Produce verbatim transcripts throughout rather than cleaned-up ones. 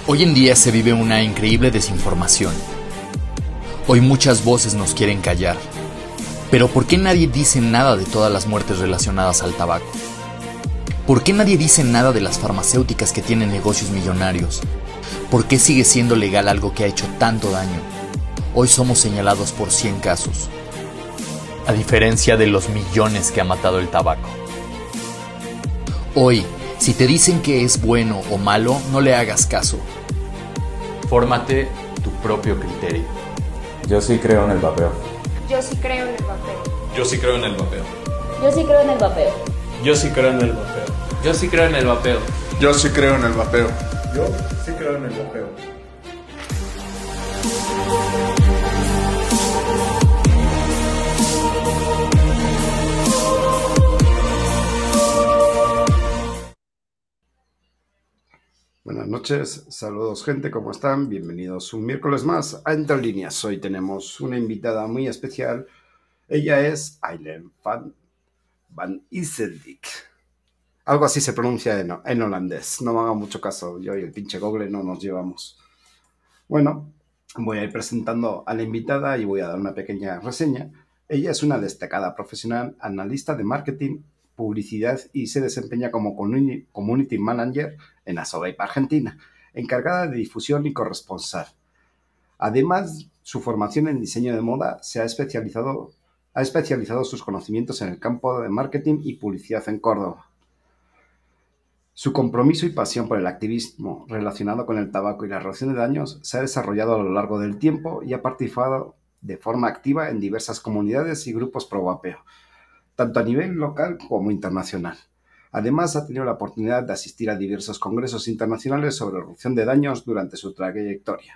Hoy en día se vive una increíble desinformación. Hoy muchas voces nos quieren callar. Pero ¿por qué nadie dice nada de todas las muertes relacionadas al tabaco? ¿Por qué nadie dice nada de las farmacéuticas que tienen negocios millonarios? ¿Por qué sigue siendo legal algo que ha hecho tanto daño? Hoy somos señalados por cien casos, a diferencia de los millones que ha matado el tabaco. Hoy, si te dicen que es bueno o malo, no le hagas caso. Fórmate tu propio criterio. Yo sí creo en el vapeo. Yo sí creo en el vapeo. Yo sí creo en el vapeo. Yo sí creo en el vapeo. Yo sí creo en el vapeo. Yo sí creo en el vapeo. Yo sí creo en el vapeo. Yo sí creo en el vapeo. Buenas noches, saludos gente, ¿cómo están? Bienvenidos un miércoles más a Entre Líneas. Hoy tenemos una invitada muy especial. Ella es Aylén van, van Ysseldyk. Algo así se pronuncia en, en holandés. No me hagan mucho caso, yo y el pinche Google no nos llevamos. Bueno, voy a ir presentando a la invitada y voy a dar una pequeña reseña. Ella es una destacada profesional, analista de marketing, publicidad y se desempeña como Community Manager en Asovape Argentina, encargada de difusión y corresponsal. Además, su formación en diseño de moda se ha especializado, ha especializado sus conocimientos en el campo de marketing y publicidad en Córdoba. Su compromiso y pasión por el activismo relacionado con el tabaco y la reducción de daños se ha desarrollado a lo largo del tiempo y ha participado de forma activa en diversas comunidades y grupos pro vapeo, tanto a nivel local como internacional. Además, ha tenido la oportunidad de asistir a diversos congresos internacionales sobre reducción de daños durante su trayectoria.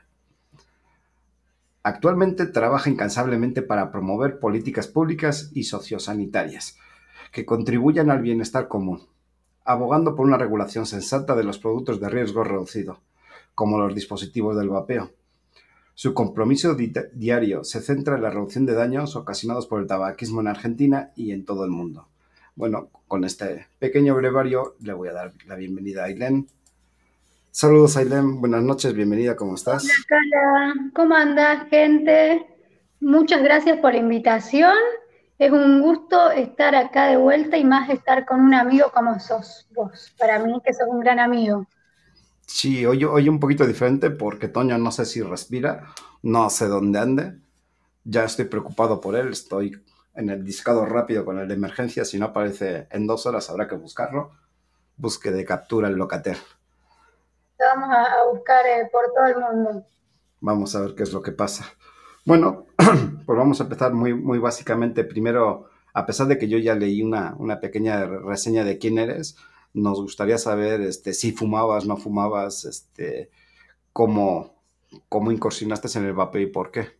Actualmente trabaja incansablemente para promover políticas públicas y sociosanitarias que contribuyan al bienestar común, abogando por una regulación sensata de los productos de riesgo reducido, como los dispositivos del vapeo. Su compromiso di- diario se centra en la reducción de daños ocasionados por el tabaquismo en Argentina y en todo el mundo. Bueno, con este pequeño brevario le voy a dar la bienvenida a Aylén. Saludos, Aylén, buenas noches, bienvenida, ¿cómo estás? Hola, Cala, ¿cómo andás, gente? Muchas gracias por la invitación. Es un gusto estar acá de vuelta y más estar con un amigo como sos vos. Para mí, que sos un gran amigo. Sí, hoy, hoy un poquito diferente porque Toño no sé si respira, no sé dónde ande. Ya estoy preocupado por él, estoy en el discado rápido con el de emergencia. Si no aparece en dos horas habrá que buscarlo. Busque de captura el Locatel. Te vamos a, a buscar eh, por todo el mundo. Vamos a ver qué es lo que pasa. Bueno, pues vamos a empezar muy, muy básicamente. Primero, a pesar de que yo ya leí una, una pequeña reseña de quién eres, nos gustaría saber este, si fumabas, no fumabas, este, cómo, cómo incursionaste en el vapeo y por qué.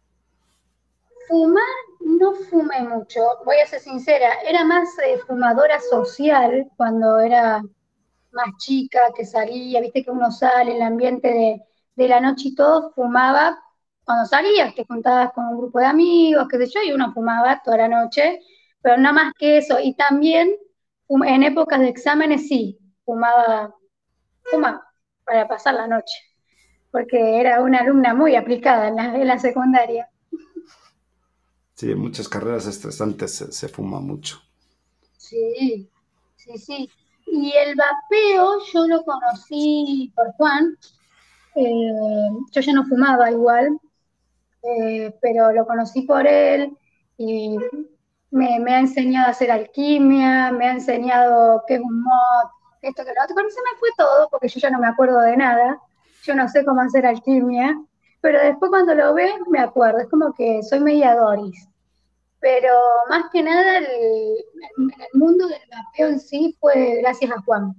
Fumar, no fumé mucho, voy a ser sincera, era más eh, fumadora social cuando era más chica, que salía, viste que uno sale, en el ambiente de, de la noche y todo, fumaba cuando salías, te juntabas con un grupo de amigos, qué sé yo, y uno fumaba toda la noche, pero nada más que eso, y también fum- en épocas de exámenes sí, fumaba, fumaba para pasar la noche, porque era una alumna muy aplicada en la, en la secundaria. Sí, en muchas carreras estresantes se, se fuma mucho. Sí, sí, sí. Y el vapeo yo lo conocí por Juan. Eh, yo ya no fumaba igual, eh, pero lo conocí por él y me, me ha enseñado a hacer alquimia, me ha enseñado qué es un mod, esto que lo otro. Pero se me fue todo porque yo ya no me acuerdo de nada. Yo no sé cómo hacer alquimia, pero después cuando lo ves me acuerdo. Es como que soy media Doris. Pero más que nada el, el, el mundo del vapeo en sí fue gracias a Juan.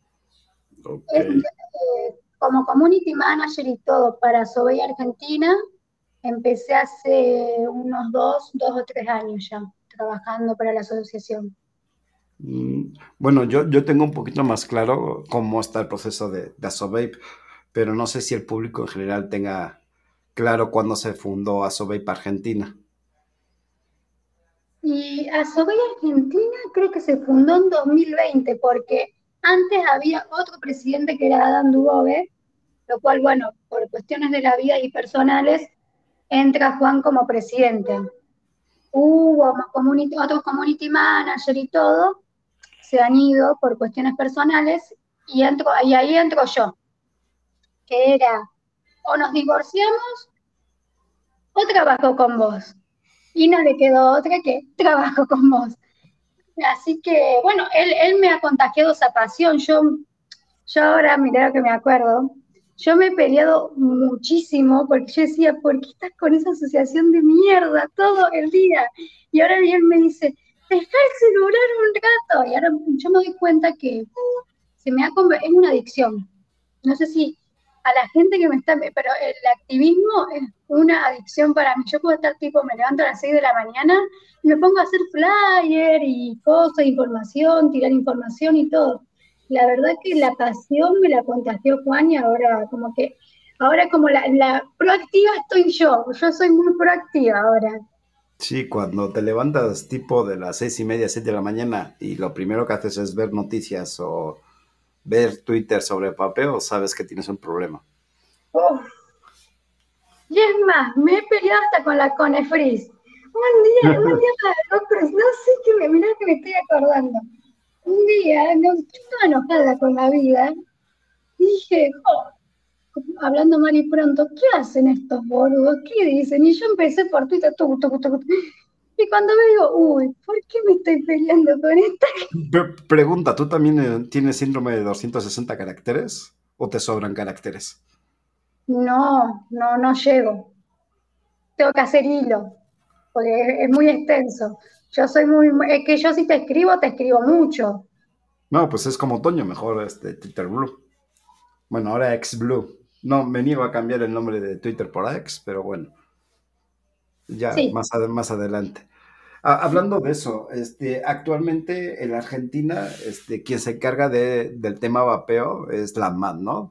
Ok. Es, eh, como community manager y todo para Sobey Argentina, empecé hace unos dos, dos o tres años ya, trabajando para la asociación. Mm, Bueno, yo, yo tengo un poquito más claro cómo está el proceso de, de Asovape, pero no sé si el público en general tenga claro cuándo se fundó Asovape Argentina. Y Asobey Argentina creo que se fundó en dos mil veinte, porque antes había otro presidente que era Adán Dubobe, lo cual, bueno, por cuestiones de la vida y personales, entra Juan como presidente. Hubo community, otros community manager y todo, se han ido por cuestiones personales y, entro, y ahí entro yo, que era o nos divorciamos o trabajo con vos. Y no le quedó otra que trabajo con vos. Así que, bueno, él, él me ha contagiado esa pasión. Yo, yo ahora, mirá lo que me acuerdo, yo me he peleado muchísimo porque yo decía, ¿por qué estás con esa asociación de mierda todo el día? Y ahora él me dice, deja el celular un rato. Y ahora yo me doy cuenta que se me ha convertido en una adicción. No sé si a la gente que me está, pero el activismo es una adicción para mí. Yo puedo estar tipo, me levanto a las seis de la mañana y me pongo a hacer flyer y cosas, información, tirar información y todo. La verdad que la pasión me la contagió Juan y ahora como que, ahora como la, la proactiva estoy yo, yo soy muy proactiva ahora. Sí, cuando te levantas tipo de las seis y media, siete de la mañana y lo primero que haces es ver noticias o ver Twitter sobre papeo, sabes que tienes un problema. Uf. Y es más, me he peleado hasta con la Conefris. Un día, un día, no, no sé qué me, mirá que me estoy acordando. Un día, no, yo estaba enojada con la vida y dije, oh, hablando mal y pronto, ¿qué hacen estos boludos? ¿Qué dicen? Y yo empecé por Twitter, tuc, tuc, tuc, tuc. Y cuando me digo, uy, ¿por qué me estoy peleando con esta? Pre- pregunta, ¿tú también tienes síndrome de doscientos sesenta caracteres o te sobran caracteres? No, no, no llego. Tengo que hacer hilo, porque es, es muy extenso. Yo soy muy, es que yo si te escribo, te escribo mucho. No, pues es como Toño, mejor este Twitter Blue. Bueno, ahora X Blue. No, me niego a cambiar el nombre de Twitter por X, pero bueno, ya Sí, más, ad- más adelante. Ah, hablando de eso, este, actualmente en Argentina, este, quien se encarga de, del tema vapeo es la ANMAT, ¿no?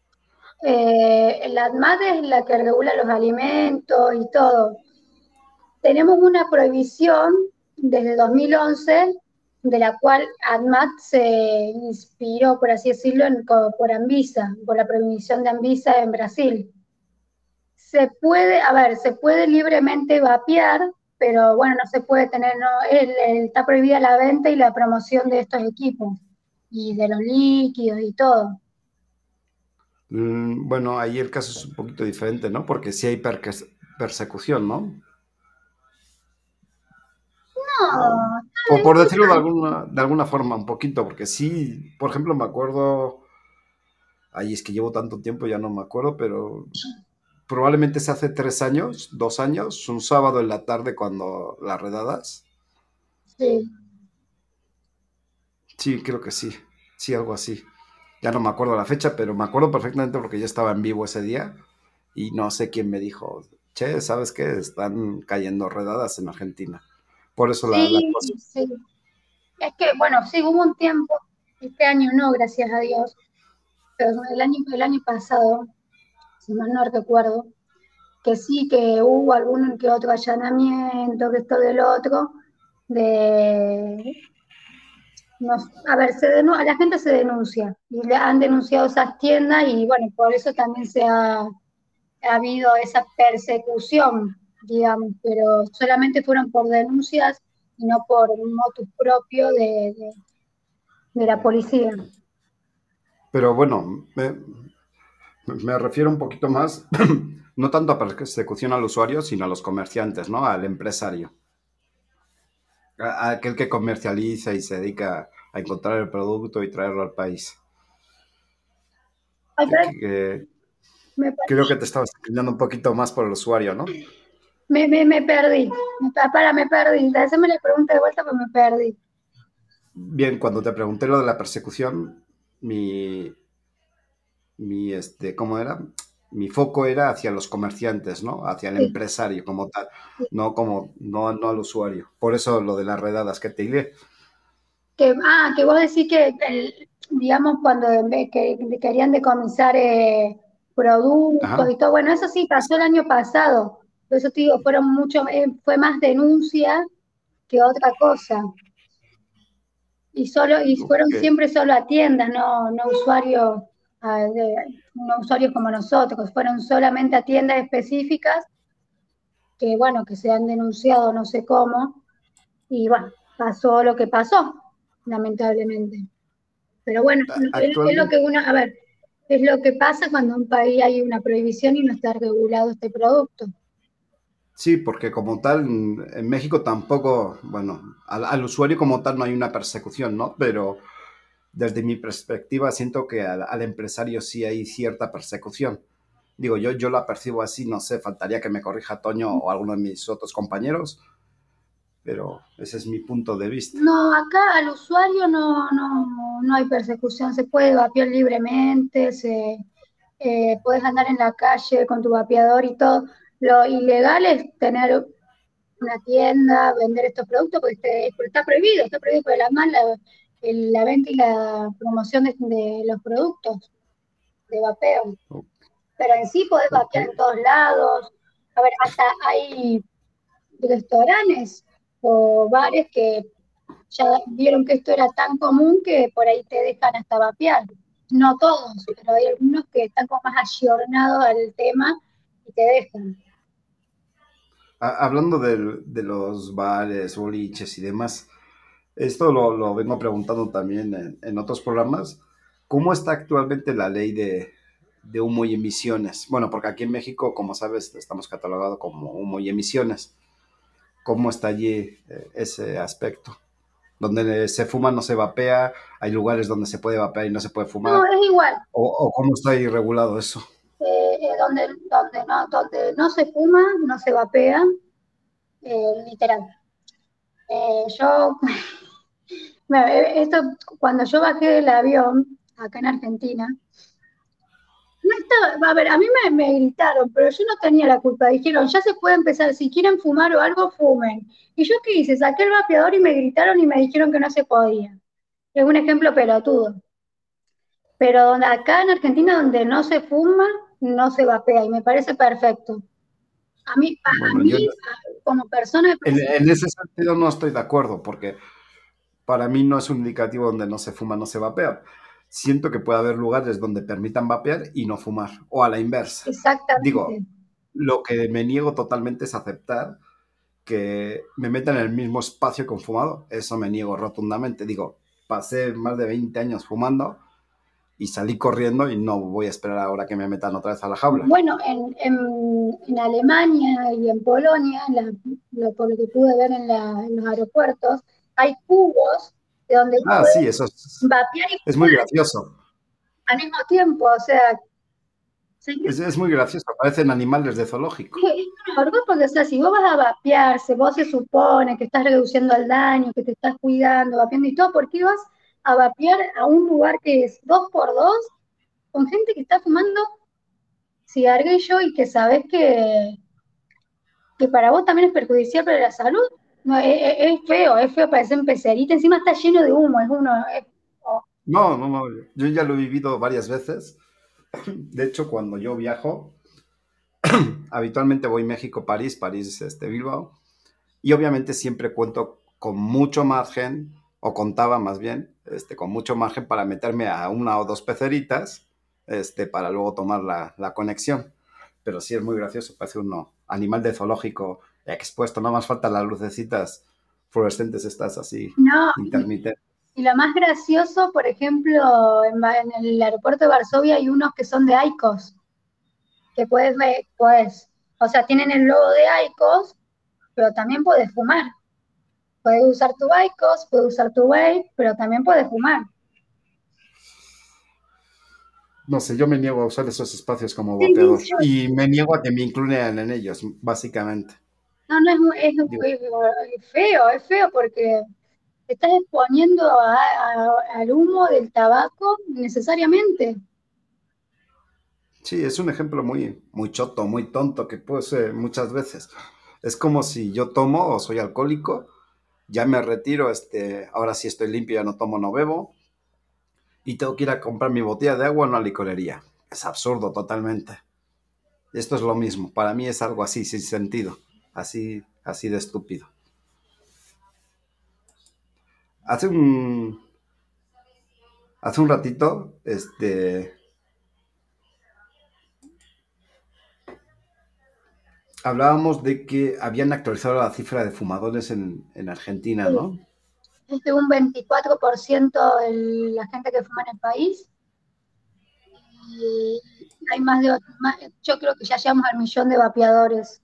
eh, la ANMAT es la que regula los alimentos y todo. Tenemos una prohibición desde dos mil once, de la cual ANMAT se inspiró, por así decirlo, en, por Anvisa, por la prohibición de Anvisa en Brasil. Se puede, a ver, se puede libremente vapear, pero bueno, no se puede tener, no, el, el, está prohibida la venta y la promoción de estos equipos y de los líquidos y todo. Mm, bueno, ahí el caso es un poquito diferente, ¿no? Porque sí hay perque- persecución, ¿no? O, No, por, por decirlo de alguna, de alguna forma, un poquito, porque sí, por ejemplo, me acuerdo, ay, es que llevo tanto tiempo, ya no me acuerdo, pero probablemente se hace tres años, dos años, un sábado en la tarde cuando las redadas. sí. Sí, creo que sí, sí, algo así. Ya no me acuerdo la fecha, pero me acuerdo perfectamente porque yo estaba en vivo ese día y no sé quién me dijo, che, ¿sabes qué? Están cayendo redadas en Argentina. Por eso la, la Sí, cosa. sí. Es que, bueno, sí, hubo un tiempo, este año no, gracias a Dios, pero el año, el año pasado, si mal no recuerdo, que sí, que hubo algún que otro allanamiento, que esto del otro, de, no, a ver, se denu- la gente se denuncia, y le han denunciado esas tiendas, y bueno, por eso también se ha, ha habido esa persecución, digamos, pero solamente fueron por denuncias y no por motus propio de, de de la policía. Pero bueno, me, me refiero un poquito más, no tanto a persecución al usuario, sino a los comerciantes, ¿no? Al empresario. A, a aquel que comercializa y se dedica a encontrar el producto y traerlo al país. Ay, Que, pero que- me, creo que te estabas inclinando un poquito más por el usuario, ¿no? me, me, me perdí. Me, para, me perdí. Haceme la pregunta de vuelta, pero me perdí. Bien, cuando te pregunté lo de la persecución, mi, mi este, ¿cómo era? Mi foco era hacia los comerciantes, ¿no? Hacia el Sí, empresario como tal, sí. no como, no, no al usuario. Por eso lo de las redadas que te diré. Que, ah, que vos decís que, el, digamos, cuando que, que querían decomisar eh, productos Ajá. y todo, bueno, eso sí pasó el año pasado. Por eso te digo, fueron mucho, eh, fue más denuncia que otra cosa. Y solo, y fueron Ok. siempre solo a tiendas, no, no usuarios. a de, unos usuarios como nosotros, fueron solamente a tiendas específicas que, bueno, que se han denunciado no sé cómo, y bueno, pasó lo que pasó, lamentablemente. Pero bueno, es, es lo Actualmente, que uno, a ver, es lo que pasa cuando en un país hay una prohibición y no está regulado este producto. sí, porque como tal, en en México tampoco, bueno, al, al usuario como tal no hay una persecución, ¿no? Pero desde mi perspectiva siento que al, al empresario sí hay cierta persecución. Digo, yo, yo la percibo así, no sé, faltaría que me corrija Toño o alguno de mis otros compañeros, pero ese es mi punto de vista. No, acá al usuario no, no, no hay persecución, se puede vapear libremente, se, eh, puedes andar en la calle con tu vapeador y todo. Lo ilegal es tener una tienda, vender estos productos, porque, este- porque está prohibido, está prohibido por la mala el- la venta y la promoción de, de los productos de vapeo. Pero en sí podés Ok. vapear en todos lados. A ver, hasta hay restaurantes o bares que ya vieron que esto era tan común que por ahí te dejan hasta vapear. No todos, pero hay algunos que están como más ayornados al tema y te dejan. Ha- hablando del- de los bares, boliches y demás, esto lo, lo vengo preguntando también en, en otros programas. ¿Cómo está actualmente la ley de, de humo y emisiones? Bueno, porque aquí en México, como sabes, estamos catalogados como humo y emisiones. ¿Cómo está allí eh, ese aspecto? Donde se fuma no se vapea, hay lugares donde se puede vapear y no se puede No, fumar. es igual. ¿O, o cómo está ahí regulado eso? Eh, eh, donde, donde, no, donde no se fuma, no se vapea, eh, literal. Eh, yo, bueno, eh, esto, cuando yo bajé del avión, acá en Argentina, no estaba, a ver, a mí me, me gritaron, pero yo no tenía la culpa. Dijeron, ya se puede empezar, si quieren fumar o algo, fumen. ¿Y yo qué hice? Saqué el vapeador y me gritaron y me dijeron que no se podía. Es un ejemplo pelotudo. Pero donde, acá en Argentina, donde no se fuma, no se vapea y me parece perfecto. A mí, a Bueno, mí yo como persona me en, parece. en ese sentido no estoy de acuerdo, porque para mí no es un indicativo donde no se fuma, no se vapea. Siento que puede haber lugares donde permitan vapear y no fumar, o a la inversa. Digo, Exactamente. lo que me niego totalmente es aceptar que me metan en el mismo espacio que un fumado. Eso me niego rotundamente. Digo, pasé más de veinte años fumando y salí corriendo y no voy a esperar ahora que me metan otra vez a la jaula. Bueno, en, en, en Alemania y en Polonia, en la- lo- por lo que pude ver en, la- en los aeropuertos, hay cubos de donde vos Ah, sí, eso es, vapear y es muy fumar gracioso. al mismo tiempo. O sea, se Es, es muy gracioso. Parecen animales de zoológico. es un orgullo porque, o sea, si vos vas a vapear, si vos se supone que estás reduciendo el daño, que te estás cuidando, vapeando y todo, ¿por qué vas a vapear a un lugar que es dos por dos con gente que está fumando cigarrillo y que sabes que, que para vos también es perjudicial para la salud? No, es, es- es feo, es feo, parece un pecerito, encima está lleno de humo, es uno, es- oh, No, no, no. Yo ya lo he vivido varias veces. De hecho, cuando yo viajo, habitualmente voy México, París, París, este, Bilbao. Y obviamente siempre cuento con mucho margen, o contaba más bien, este, con mucho margen para meterme a una o dos peceritas, este, para luego tomar la, la conexión. Pero sí es muy gracioso, parece uno animal de zoológico expuesto, no más falta las lucecitas fluorescentes estas así, no, y, intermitentes. y lo más gracioso, por ejemplo, en, Ba- en el aeropuerto de Varsovia hay unos que son de IQOS, que puedes ver, puedes, o sea, tienen el logo de IQOS, pero también puedes fumar. Puedes usar tu IQOS, puedes usar tu vape, pero también puedes fumar. No sé, yo me niego a usar esos espacios como Sí, vapeador sí, yo- y me niego a que me incluyan en ellos, básicamente. no, no es, mu- es, Digo, es- es feo, es feo porque te estás exponiendo a- a- al humo del tabaco necesariamente. sí, es un ejemplo muy, muy choto, muy tonto que puede ser muchas veces. Es como si yo tomo o soy alcohólico, ya me retiro, este, ahora sí estoy limpio, ya no tomo, no bebo, y tengo que ir a comprar mi botella de agua en una licorería. Es absurdo totalmente. Esto es lo mismo, para mí es algo así, sin sentido, así, así de estúpido. Hace un, hace un ratito, este, hablábamos de que habían actualizado la cifra de fumadores en, en Argentina, Sí, ¿no? es de un veinticuatro por ciento el- la gente que fuma en el país y hay más de, más- yo creo que ya llegamos al millón de vapeadores.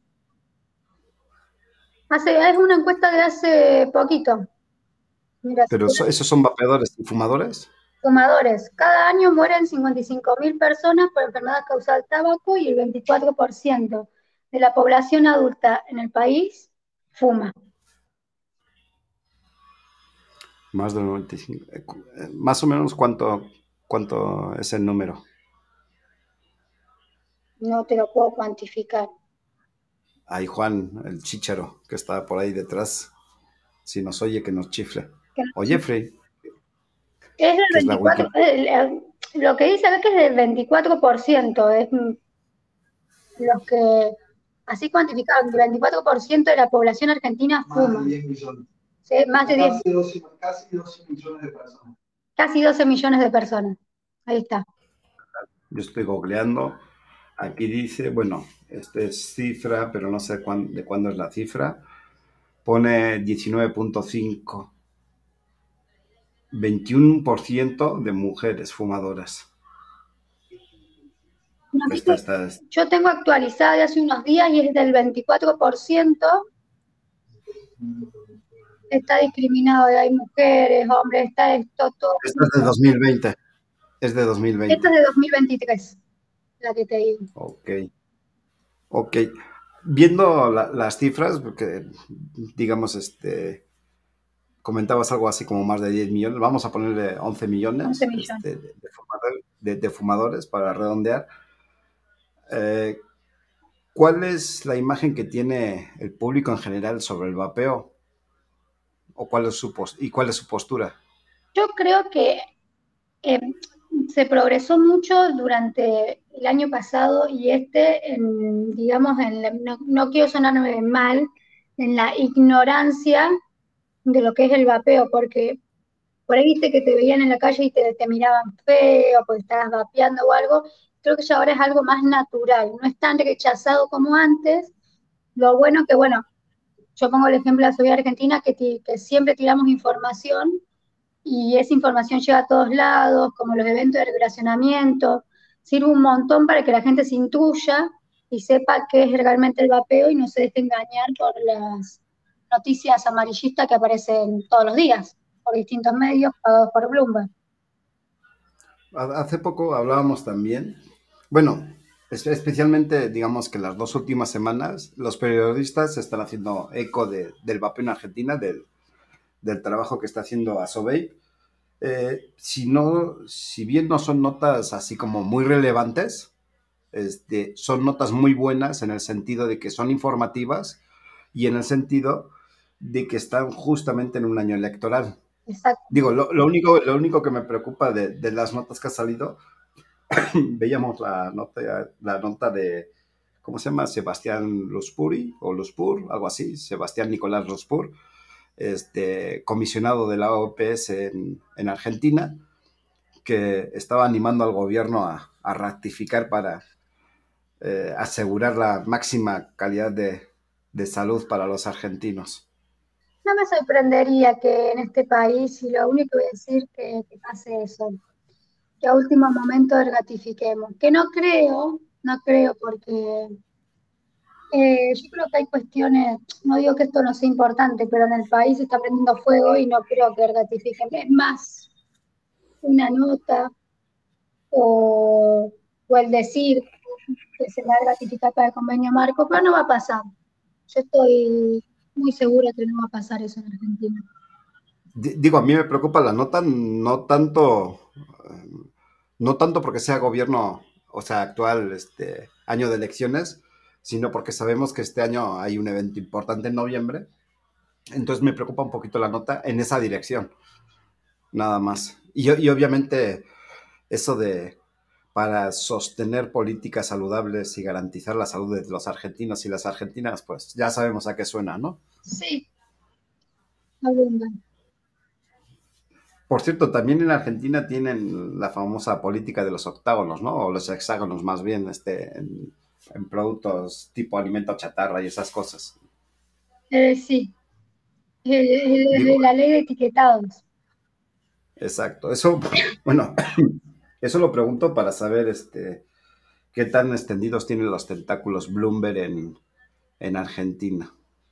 Hace, es una encuesta de hace poquito. Mira, Pero so- esos son vapeadores y fumadores. fumadores. Cada año mueren cincuenta y cinco mil personas por enfermedad causada del tabaco y el veinticuatro por ciento de la población adulta en el país fuma. Más del noventa y cinco. eh, cu- eh, Más o menos cuánto, cuánto es el número. No te lo puedo cuantificar. Ahí Juan, el chícharo, que está por ahí detrás, si nos oye, que nos chifle. Que O Jeffrey, Es del que es la veinticuatro, wiki. eh, eh, lo que dice acá que es del veinticuatro por ciento, es mm, los que, así cuantificaron, el veinticuatro por ciento de la población argentina Más fuma. de diez millones. Sí, más de diez, Casi doce, casi doce millones de personas. casi doce millones de personas. Ahí está. Yo estoy googleando. Aquí dice, bueno, esta es cifra, pero no sé cuán- de cuándo es la cifra. Pone diecinueve punto cinco. veintiuno por ciento de mujeres fumadoras. No, aquí Esta, te- esta es- yo tengo actualizada de hace unos días y es del veinticuatro por ciento. Está discriminado, hay mujeres, hombres, está esto, todo. esta es de dos mil veinte. Es de Esto dos mil veinte. es de dos mil veintitrés, la que te digo. Ok. Ok. Viendo la- las cifras, porque digamos, este, comentabas algo así como más de diez millones, vamos a ponerle once once millones millones. este, de, de fumador- de- de fumadores para redondear. Eh, ¿Cuál es la imagen que tiene el público en general sobre el vapeo? ¿O cuál es su pos- y cuál es su postura? Yo creo que eh, se progresó mucho durante el año pasado y este, en, digamos, en la- no, no quiero sonarme mal, en la ignorancia de lo que es el vapeo, porque por ahí viste que te veían en la calle y te, te miraban feo porque estabas vapeando o algo. Creo que ya ahora es algo más natural, no es tan rechazado como antes. Lo bueno que, bueno, yo pongo el ejemplo de la Sociedad Argentina, que, ti- que siempre tiramos información y esa información llega a todos lados, como los eventos de relacionamiento, sirve un montón para que la gente se intuya y sepa qué es realmente el vapeo y no se deje engañar por las noticias amarillistas que aparecen todos los días por distintos medios pagados por Bloomberg. Hace poco hablábamos también, bueno, es- especialmente digamos que las dos últimas semanas los periodistas se están haciendo eco de- del vapeo en Argentina, del, del trabajo que está haciendo Asovape. Eh, si, no, si bien no son notas así como muy relevantes, este, son notas muy buenas en el sentido de que son informativas y en el sentido de que están justamente en un año electoral. Exacto. Digo, lo, lo único, lo único que me preocupa de, de las notas que ha salido, veíamos la nota, la nota de, ¿cómo se llama? Sebastián Luspuri, o Luspur, algo así, Sebastián Nicolás Luspur, este, comisionado de la O P S en, en Argentina, que estaba animando al gobierno a, a rectificar para eh, asegurar la máxima calidad de, de salud para los argentinos. No me sorprendería que en este país, y lo único que voy a decir que, que pase eso, que a último momento ratifiquemos. Que no creo, no creo, porque eh, yo creo que hay cuestiones, no digo que esto no sea importante, pero en el país se está prendiendo fuego y no creo que ratifiquen. Es más, una nota o, o el decir que se va a ratificar para el convenio marco, pero no va a pasar. Yo estoy muy segura que no va a pasar eso en Argentina. D- digo, a mí me preocupa la nota, no tanto, eh, no tanto porque sea gobierno, o sea, actual, este año de elecciones, sino porque sabemos que este año hay un evento importante en noviembre. Entonces me preocupa un poquito la nota en esa dirección, nada más. Y, y obviamente eso de para sostener políticas saludables y garantizar la salud de los argentinos y las argentinas, pues ya sabemos a qué suena, ¿no? Sí, abundan. Por cierto, también en Argentina tienen la famosa política de los octágonos, ¿no? O los hexágonos, más bien, este, en, en productos tipo alimento chatarra y esas cosas. Eh, sí, el- el- Digo, el- la ley de etiquetados. exacto. Eso, bueno, eso lo pregunto para saber este, qué tan extendidos tienen los tentáculos Bloomberg en, en Argentina.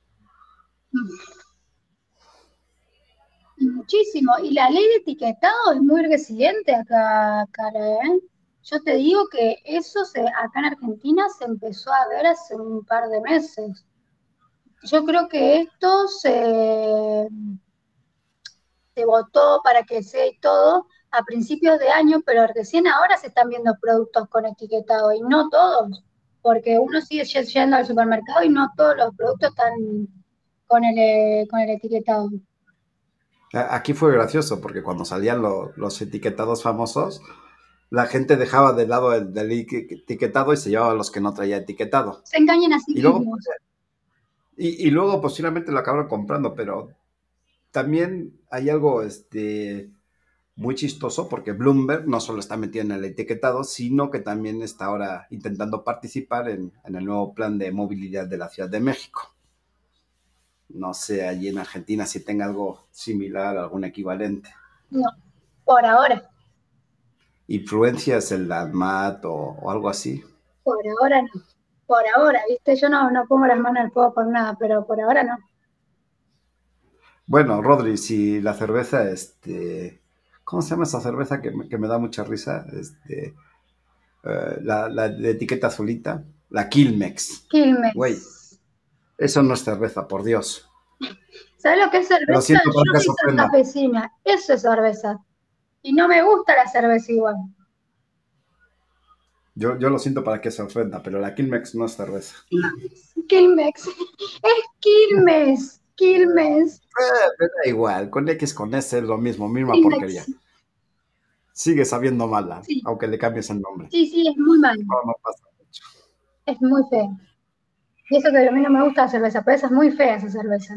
Y muchísimo. Y la ley de etiquetado es muy reciente acá, Cara, ¿eh? Yo te digo que eso se, acá en Argentina se empezó a ver hace un par de meses. Yo creo que esto se, se votó para que sea y todo a principios de año, pero recién ahora se están viendo productos con etiquetado y no todos, porque uno sigue yendo al supermercado y no todos los productos están con el, eh, con el etiquetado. A- Aquí fue gracioso porque cuando salían lo- los etiquetados famosos, la gente dejaba de lado el del etiquetado y se llevaba los que no traía etiquetado. Se engañan a sí Y luego, mismos. y, y luego posiblemente lo acabaron comprando, pero también hay algo este, muy chistoso porque Bloomberg no solo está metido en el etiquetado, sino que también está ahora intentando participar en, en el nuevo plan de movilidad de la Ciudad de México. No sé allí en Argentina si tenga algo similar, algún equivalente. No, por ahora, Influencias en la ANMAT o, o algo así. por ahora no. Por ahora, ¿viste? Yo no, no pongo las manos al fuego por nada, pero por ahora no. Bueno, Rodri, si la cerveza, este, ¿cómo se llama esa cerveza que me, que me da mucha risa? Este, eh, la, la de etiqueta azulita, la Quilmex. Güey, Quilmes. eso no es cerveza, por Dios. ¿Sabes lo que es cerveza? Lo siento por Yo que soy se ofenda. santafesina, eso es cerveza. Y no me gusta la cerveza igual. Yo, yo lo siento para que se ofenda, pero la Quilmex no es cerveza. Quilmex. Es Quilmes. Quilmes. Eh, me da igual, con X, con S es lo mismo, misma Quilmex. porquería. Sigue sabiendo mala, Sí, aunque le cambies el nombre. sí, sí, es muy malo. No, no pasa mucho. Es muy feo. Y eso que a mí no me gusta la cerveza, pero esa es muy fea esa cerveza.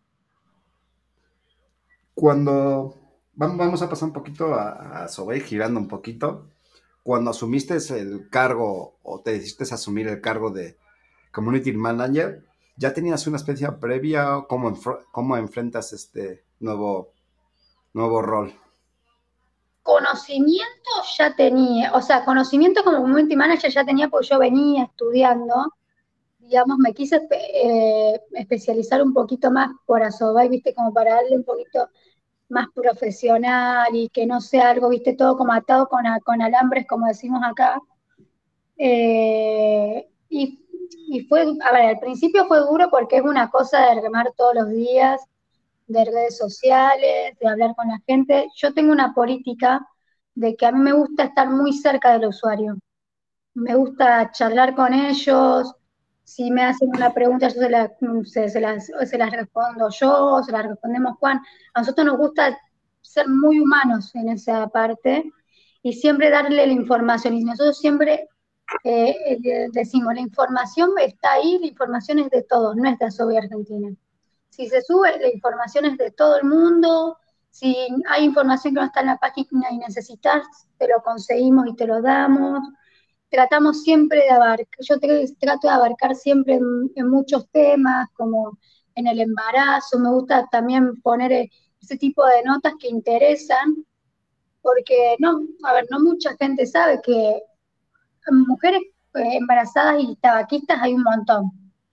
Cuando vam- vamos a pasar un poquito a, a Sobey, girando un poquito, cuando asumiste el cargo o te decidiste asumir el cargo de Community Manager, ¿ya tenías una experiencia previa? ¿Cómo, enfro- cómo enfrentas este nuevo, nuevo rol? Conocimiento ya tenía, o sea, conocimiento como community manager ya tenía porque yo venía estudiando, digamos, me quise espe- eh, especializar un poquito más por Asobay, viste, como para darle un poquito más profesional y que no sea algo, viste, todo como atado con, a- con alambres, como decimos acá. Eh, y, y fue, a ver, al principio fue duro porque es una cosa de remar todos los días, de redes sociales, de hablar con la gente. Yo tengo una política de que a mí me gusta estar muy cerca del usuario. Me gusta charlar con ellos. Si me hacen una pregunta, yo se, la- se, se las, se las respondo yo, se las respondemos Juan. A nosotros nos gusta ser muy humanos en esa parte y siempre darle la información. Y nosotros siempre eh, eh, decimos, la información está ahí, la información es de todos, no es de Asobi Argentina. Si se sube, la información es de todo el mundo. Si hay información que no está en la página y necesitas, te lo conseguimos y te lo damos. Tratamos siempre de abarcar, yo te- trato de abarcar siempre en, en muchos temas, como en el embarazo. Me gusta también poner eh, ese tipo de notas que interesan, porque no, a ver, no mucha gente sabe que mujeres eh, embarazadas y tabaquistas hay un montón.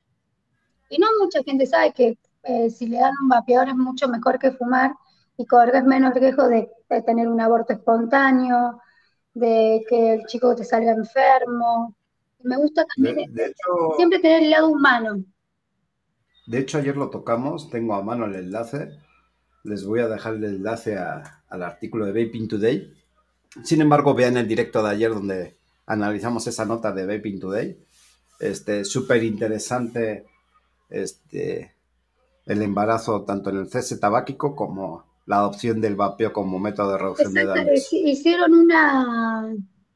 Y no mucha gente sabe que eh, si le dan un vapeador es mucho mejor que fumar y corres menos riesgo de, de tener un aborto espontáneo, de que el chico te salga enfermo. Y me gusta De, también eh, de hecho, siempre tener el lado humano. de hecho, ayer lo tocamos, tengo a mano el enlace. Les voy a dejar el enlace a- al artículo de Vaping Today. Sin embargo, vean el directo de ayer donde analizamos esa nota de Vaping Today. Este, súper interesante este, el embarazo tanto en el cese tabáquico como la adopción del vapeo como método de reducción de Exacto, daños. hicieron una,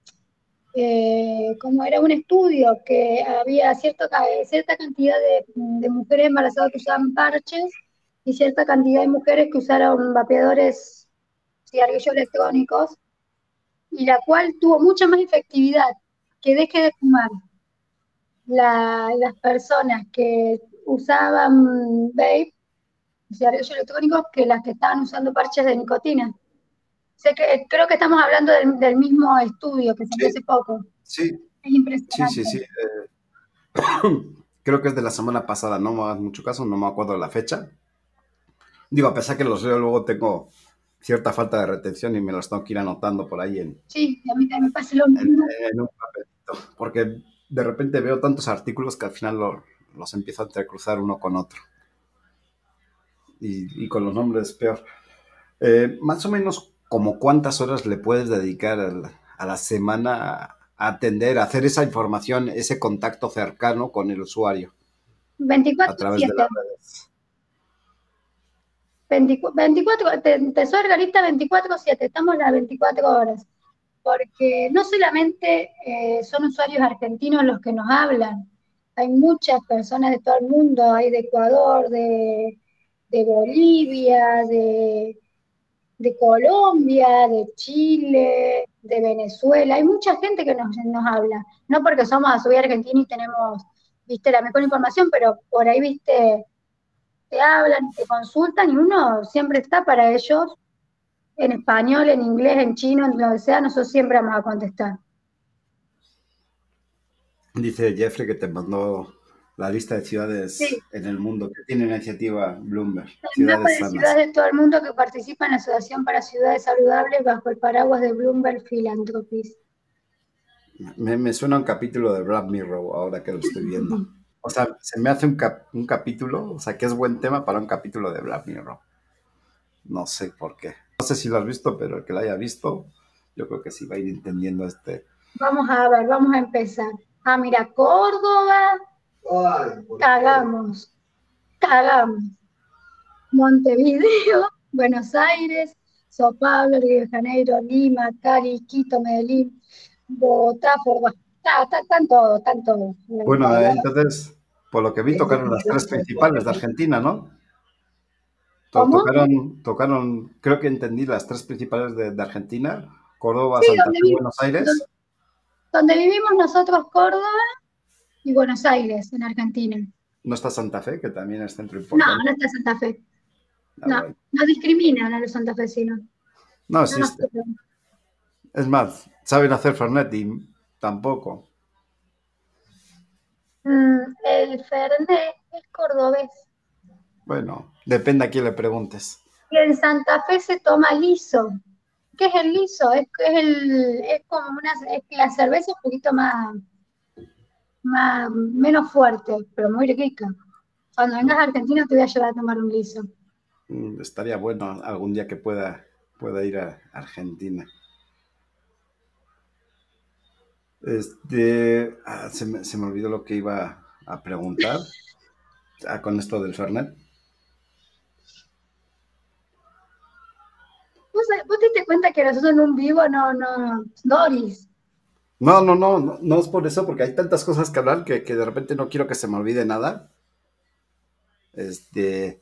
eh, como era un estudio, que había cierto, cierta cantidad de, de mujeres embarazadas que usaban parches y cierta cantidad de mujeres que usaron vapeadores cigarrillos electrónicos, y la cual tuvo mucha más efectividad que deje de fumar la- las personas que usaban vape, cigarrillos electrónicos, que las que estaban usando parches de nicotina. Sé que creo que estamos hablando del, del mismo estudio que salió hace Sí, poco. sí, Es sí, sí, impresionante. sí. eh, Creo que es de la semana pasada, no me hagas mucho caso, no me acuerdo la fecha. Digo, a pesar que los leo, luego tengo cierta falta de retención y me los tengo que ir anotando por ahí en, Sí, a mí también me pasa lo en, mismo. en un papelito, porque de repente veo tantos artículos que al final lo- los empiezo a entrecruzar uno con otro. Y, y con los nombres peor. Eh, más o menos, ¿como cuántas horas le puedes dedicar al- a la semana a atender, a hacer esa información, ese contacto cercano con el usuario a veinticuatro través de siete las redes? veinticuatro, veinticuatro, te, te soy organista veinticuatro siete, estamos las veinticuatro horas, porque no solamente eh, son usuarios argentinos los que nos hablan, hay muchas personas de todo el mundo, hay de Ecuador, de, de Bolivia, de, de Colombia, de Chile, de Venezuela, hay mucha gente que nos, nos habla, no porque somos soy argentinos y tenemos, viste, la mejor información, pero por ahí, viste, te hablan, te consultan y uno siempre está para ellos, en español, en inglés, en chino, en donde sea, nosotros siempre vamos a contestar. Dice Jeffrey que te mandó la lista de ciudades Sí, en el mundo que tiene la iniciativa Bloomberg, el mapa ciudades de sanas. ciudades de todo el mundo que participa en la Asociación para Ciudades Saludables bajo el paraguas de Bloomberg Philanthropies. Me, me suena un capítulo de Black Mirror ahora que lo estoy viendo. O sea, se me hace un, cap- un capítulo, o sea, que es buen tema para un capítulo de Black Mirror. No sé por qué. No sé si lo has visto, pero el que lo haya visto, yo creo que sí va a ir entendiendo este. Vamos a ver, vamos a empezar. Ah, mira, Córdoba, Ay, ¿por qué? cagamos, cagamos. Montevideo, Buenos Aires, Sao Paulo, Río de Janeiro, Lima, Cali, Quito, Medellín, Bogotá, Formosa. Está- está- Están todos, están todos. Bueno, eh, entonces, por lo que vi, tocaron las tres principales de Argentina, ¿no? To- ¿Cómo? Tocaron, tocaron, creo que entendí las tres principales de, de Argentina, Córdoba, Sí, Santa donde, Fe, vi- Buenos donde, Aires. donde vivimos nosotros, Córdoba y Buenos Aires, en Argentina. No está Santa Fe, que también es centro No, importante. no está Santa Fe. Ah, No, bueno. no discriminan a los santafesinos. No No nos existe. quieren. Es más, saben hacer Fernet y tampoco. Mm, el Fernet es cordobés. Bueno, depende a quién le preguntes. Y en Santa Fe se toma liso. ¿Qué es el liso? Es, es, el, es como una, es la cerveza un poquito más, más, menos fuerte, pero muy rica. Cuando vengas a Argentina te voy a llevar a tomar un liso. Mm, Estaría bueno algún día que pueda, pueda ir a Argentina. Este, ah, se me, se me olvidó lo que iba a preguntar ah, con esto del Fernet. ¿Vos, vos te diste cuenta que nosotros en un vivo no, no, Doris? No, no, no, no, no es por eso, porque hay tantas cosas que hablar que, que de repente no quiero que se me olvide nada. Este,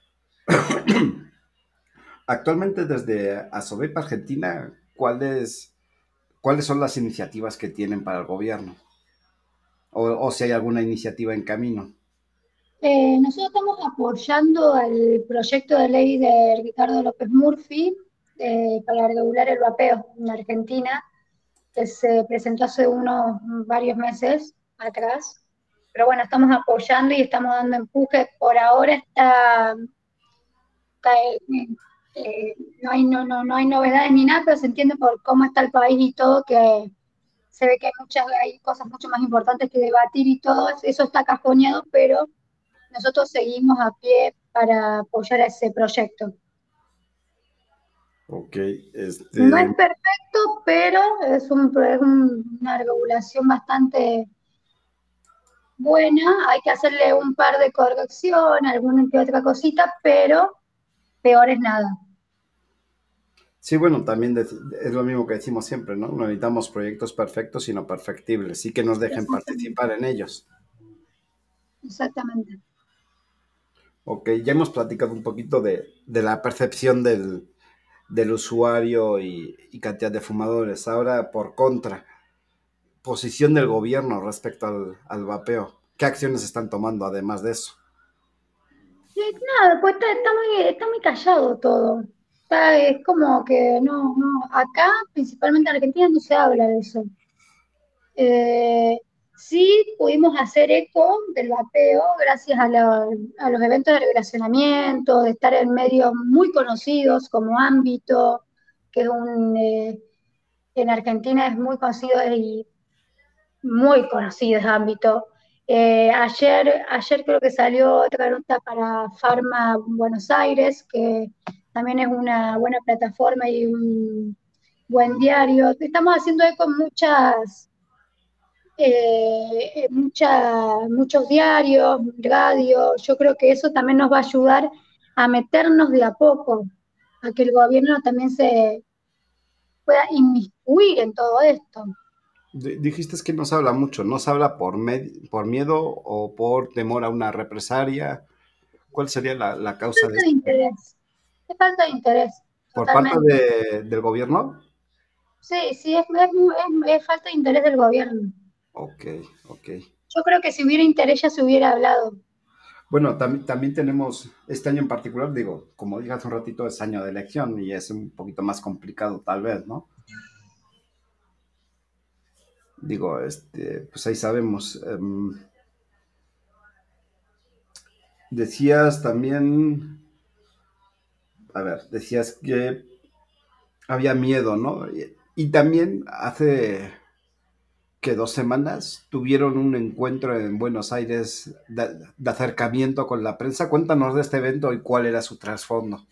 actualmente desde Asobepa Argentina, ¿cuáles, cuáles son las iniciativas que tienen para el gobierno? O, o si hay alguna iniciativa en camino. Eh, nosotros estamos apoyando al proyecto de ley de Ricardo López Murphy eh, para regular el vapeo en Argentina, que se presentó hace unos varios meses atrás. Pero bueno, estamos apoyando y estamos dando empuje. Por ahora está, está, eh, eh, no hay, no, no, no hay novedades ni nada, pero se entiende por cómo está el país y todo, que se ve que hay muchas, hay cosas mucho más importantes que debatir y todo, eso está cajoneado, pero nosotros seguimos a pie para apoyar a ese proyecto. Ok, No es este, perfecto, pero es, un, es un- una regulación bastante buena. Hay que hacerle un par de correcciones, alguna que otra cosita, pero peor es nada. sí, bueno, también dec- es lo mismo que decimos siempre, ¿no? No necesitamos proyectos perfectos, sino perfectibles, sí que nos dejen Exactamente. participar en ellos. Exactamente. Ok, ya hemos platicado un poquito de, de la percepción del, del usuario y, y cantidad de fumadores. Ahora, por contra, posición del gobierno respecto al, al vapeo? ¿Qué acciones están tomando además de eso? Nada, pues está, está muy, está muy callado todo. Está, es como que no, no, acá, principalmente en Argentina, no se habla de eso. Eh, sí pudimos hacer eco del vapeo gracias a, la- a los eventos de relacionamiento, de estar en medios muy conocidos como Ámbito, que es un, eh, en Argentina es muy conocido y muy conocido ese ámbito. Eh, ayer, ayer creo que salió otra nota para Pharma Buenos Aires, que también es una buena plataforma y un buen diario. Estamos haciendo eco en muchas, eh, mucha- muchos diarios, radio. Yo creo que eso también nos va a ayudar a meternos de a poco, a que el gobierno también se pueda inmiscuir en todo esto. Dijiste que no se habla mucho, ¿no se habla por, med- por miedo o por temor a una represalia? ¿Cuál sería la, la causa de Falta de esto? interés, es falta de interés, ¿Por parte totalmente. de, del gobierno? Sí, sí, es, es, es- es falta de interés del gobierno. Ok, ok. Yo creo que si hubiera interés ya se hubiera hablado. Bueno, tam- también tenemos este año en particular, digo, como dije hace un ratito, es año de elección y es un poquito más complicado tal vez, ¿no? Digo, este, pues ahí sabemos. Em, decías también, a ver, decías que había miedo, ¿no? Y, y también hace que dos semanas tuvieron un encuentro en Buenos Aires de, de acercamiento con la prensa. Cuéntanos de este evento y cuál era su trasfondo.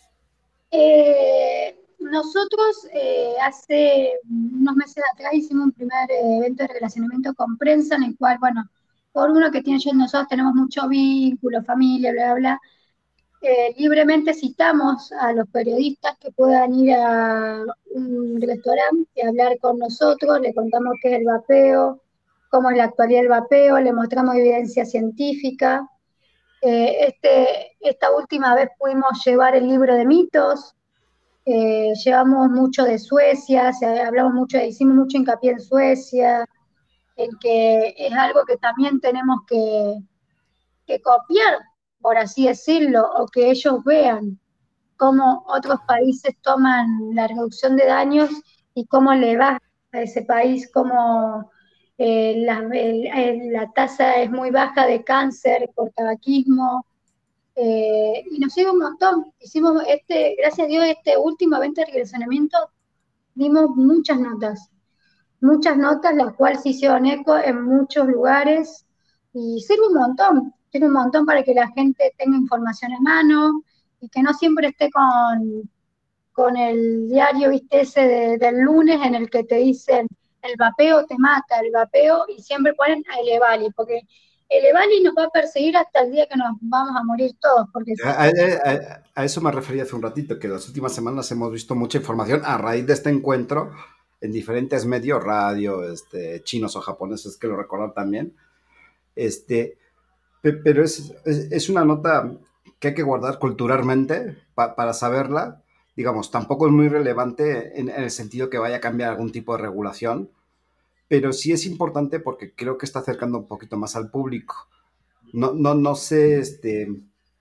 Eh, nosotros eh, hace unos meses atrás hicimos un primer eh, evento de relacionamiento con prensa en el cual, bueno, por uno que tiene yo, nosotros tenemos mucho vínculo, familia, bla, bla, bla. Eh, libremente citamos a los periodistas que puedan ir a un restaurante y hablar con nosotros, le contamos qué es el vapeo, cómo es la actualidad del vapeo, le mostramos evidencia científica. Eh, este, esta última vez pudimos llevar el libro de mitos, eh, llevamos mucho de Suecia, se, hablamos mucho, hicimos mucho hincapié en Suecia, en que es algo que también tenemos que, que copiar, por así decirlo, o que ellos vean cómo otros países toman la reducción de daños y cómo le va a ese país, cómo eh, la, el- el- la tasa es muy baja de cáncer por tabaquismo, eh, y nos sirve un montón. Hicimos este, gracias a Dios, este último evento de relacionamiento, dimos muchas notas, muchas notas, las cuales se hicieron eco en muchos lugares y sirve un montón, sirve un montón para que la gente tenga información en mano y que no siempre esté con, con el diario, viste, ese de- del lunes en el que te dicen el vapeo te mata, el vapeo, y siempre ponen a Elevali, porque Elevali nos va a perseguir hasta el día que nos vamos a morir todos, porque A, si a- a eso me refería hace un ratito, que las últimas semanas hemos visto mucha información a raíz de este encuentro en diferentes medios, radio, este, chinos o japoneses, que lo recordar también. Este, pe- pero es, es, es una nota que hay que guardar culturalmente pa- para saberla. Digamos, tampoco es muy relevante en, en el sentido que vaya a cambiar algún tipo de regulación, pero sí es importante porque creo que está acercando un poquito más al público. No, no, no sé, este,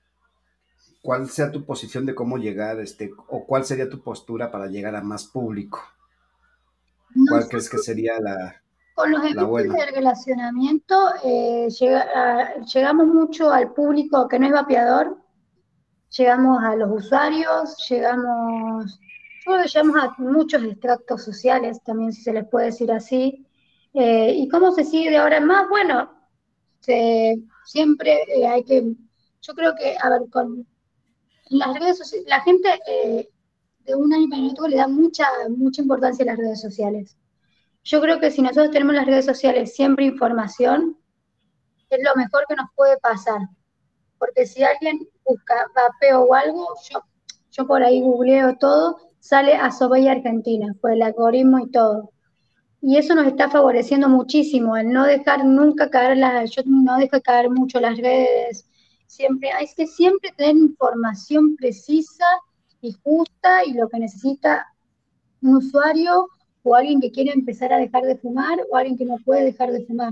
cuál sea tu posición de cómo llegar, este, o cuál sería tu postura para llegar a más público. ¿Cuál crees que nosotros sería la, con los la eventos buena? de relacionamiento eh, llega- a- llegamos mucho al público que no es vapeador, llegamos a los usuarios, llegamos, yo creo que llegamos a muchos extractos sociales, también si se les puede decir así. Eh, ¿y cómo se sigue de ahora en más? Bueno, se- siempre eh, hay que, yo creo que, a ver, con las redes sociales, la gente eh, de un año para el otro le da mucha, mucha importancia a las redes sociales. Yo creo que si nosotros tenemos las redes sociales siempre información, es lo mejor que nos puede pasar. Porque si alguien busca vapeo o algo, yo, yo por ahí googleo todo, sale a Sobey Argentina, por el algoritmo y todo. Y eso nos está favoreciendo muchísimo, el no dejar nunca caer las, yo no dejo caer mucho las redes, siempre, hay que siempre tener información precisa y justa y lo que necesita un usuario o alguien que quiere empezar a dejar de fumar, o alguien que no puede dejar de fumar.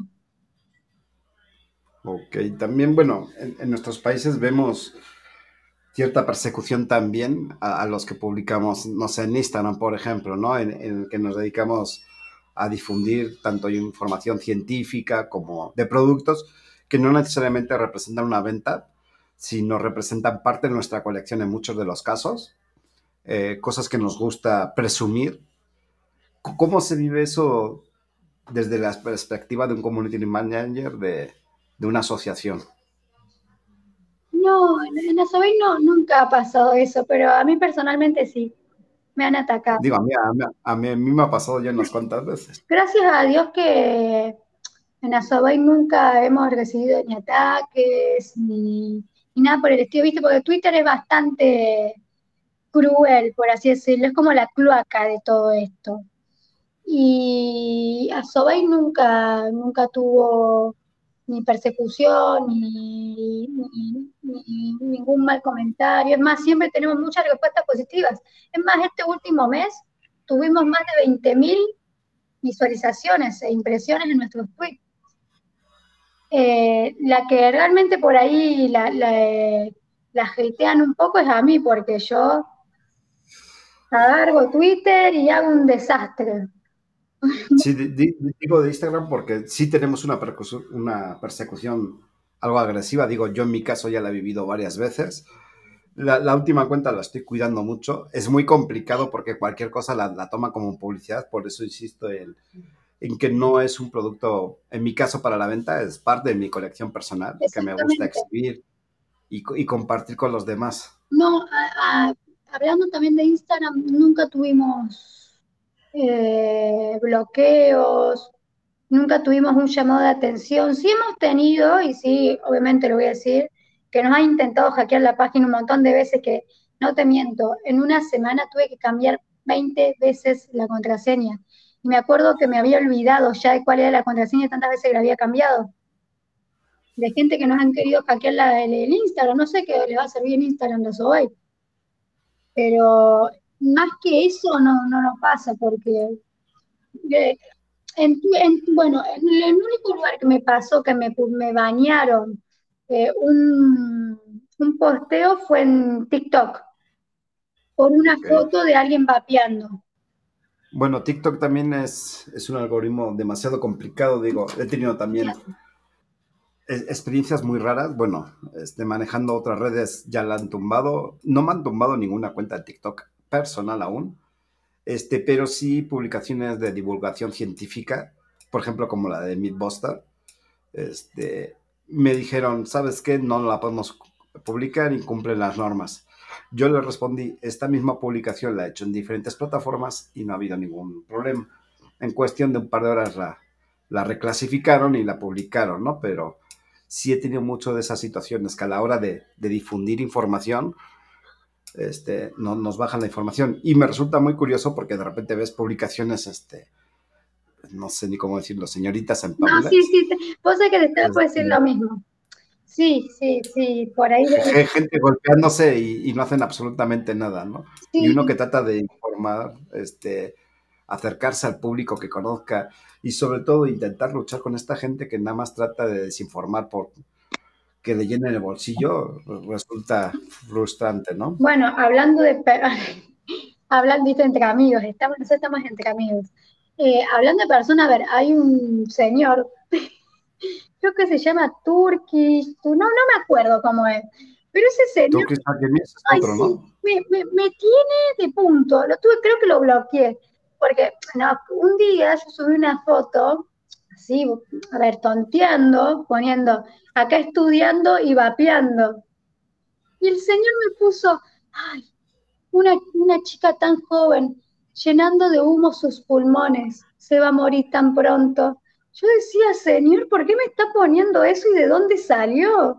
Ok, también, bueno, en, en nuestros países vemos cierta persecución también a, a los que publicamos, no sé, en Instagram, por ejemplo, ¿no? En, en el que nos dedicamos a difundir tanto información científica como de productos que no necesariamente representan una venta, sino representan parte de nuestra colección en muchos de los casos, eh, cosas que nos gusta presumir. ¿Cómo se vive eso desde la perspectiva de un community manager de, de una asociación? No, en en Asobi no, nunca ha pasado eso, pero a mí personalmente sí, me han atacado. Digo, a mí, a mí, a mí, a mí me ha pasado ya unas cuantas veces. Gracias a Dios que en Asobi nunca hemos recibido ni ataques, ni, ni nada por el estilo, ¿viste? Porque Twitter es bastante cruel, por así decirlo, es como la cloaca de todo esto. Y Asobay nunca, nunca tuvo ni persecución, ni, ni- ni ningún mal comentario. Es más, siempre tenemos muchas respuestas positivas. Es más, este último mes tuvimos más de veinte mil visualizaciones e impresiones en nuestros tweets. Eh, la que realmente por ahí la, la, la hatean un poco es a mí, porque yo agarro Twitter y hago un desastre. Sí, di- di- digo de Instagram porque sí tenemos una, percusión- una persecución algo agresiva. Digo, yo en mi caso ya la he vivido varias veces. La, la última cuenta la estoy cuidando mucho. Es muy complicado porque cualquier cosa la, la toma como publicidad. Por eso insisto en, en que no es un producto, en mi caso para la venta, es parte de mi colección personal que me gusta Exactamente. exhibir y, co- y compartir con los demás. No, a- a- hablando también de Instagram, nunca tuvimos eh, bloqueos, nunca tuvimos un llamado de atención. Sí hemos tenido, y sí, obviamente lo voy a decir, que nos ha intentado hackear la página un montón de veces que, no te miento, en una semana tuve que cambiar veinte veces la contraseña. Y me acuerdo que me había olvidado ya de cuál era la contraseña tantas veces que la había cambiado. De gente que nos han querido hackear la, el, el Instagram, no sé qué le va a servir en Instagram de Sobay, pero más que eso no, no nos pasa, porque eh, en, en- bueno, en el único lugar que me pasó que me, me bañaron eh, un, un posteo fue en TikTok, por una Ok. foto de alguien vapeando. Bueno, TikTok también es, es un algoritmo demasiado complicado. Digo, he tenido también es- experiencias muy raras. Bueno, este, manejando otras redes ya la han tumbado. No me han tumbado ninguna cuenta de TikTok personal aún, este, pero sí publicaciones de divulgación científica, por ejemplo, como la de Mythbuster. Este, me dijeron, ¿sabes qué? No la podemos publicar, incumplen las normas. Yo le respondí, esta misma publicación la he hecho en diferentes plataformas y no ha habido ningún problema. En cuestión de un par de horas la, la reclasificaron y la publicaron, ¿no? Pero sí he tenido mucho de esas situaciones que a la hora de, de difundir información, este, no, nos bajan la información. Y me resulta muy curioso porque de repente ves publicaciones, este, no sé ni cómo decirlo, señoritas en No, sí, Pamela. sí, te- vos sabés que te estaba por decir Este, lo mismo. Sí, sí, sí, por ahí. G- gente golpeándose y, y no hacen absolutamente nada, ¿no? Y uno que Sí, trata de informar, este, acercarse al público que conozca y sobre todo intentar luchar con esta gente que nada más trata de desinformar por que le llenen el bolsillo, resulta frustrante, ¿no? bueno, hablando de, pe- hablando, viste, entre amigos, estamos, nosotros estamos entre amigos. Eh, hablando de personas, a ver, hay un señor, creo que se llama Turkish, tu- no, no me acuerdo cómo es, pero ese Tú, señor, Chris Hakimi, es ay, otro, sí, ¿no? me, me, me tiene de punto, lo tuve, creo que lo bloqueé, porque no, un día yo subí una foto, así, a ver, tonteando, poniendo acá estudiando y vapeando, y el señor me puso, ay, una, una chica tan joven, llenando de humo sus pulmones, se va a morir tan pronto. Yo decía, señor, ¿por qué me está poniendo eso y de dónde salió?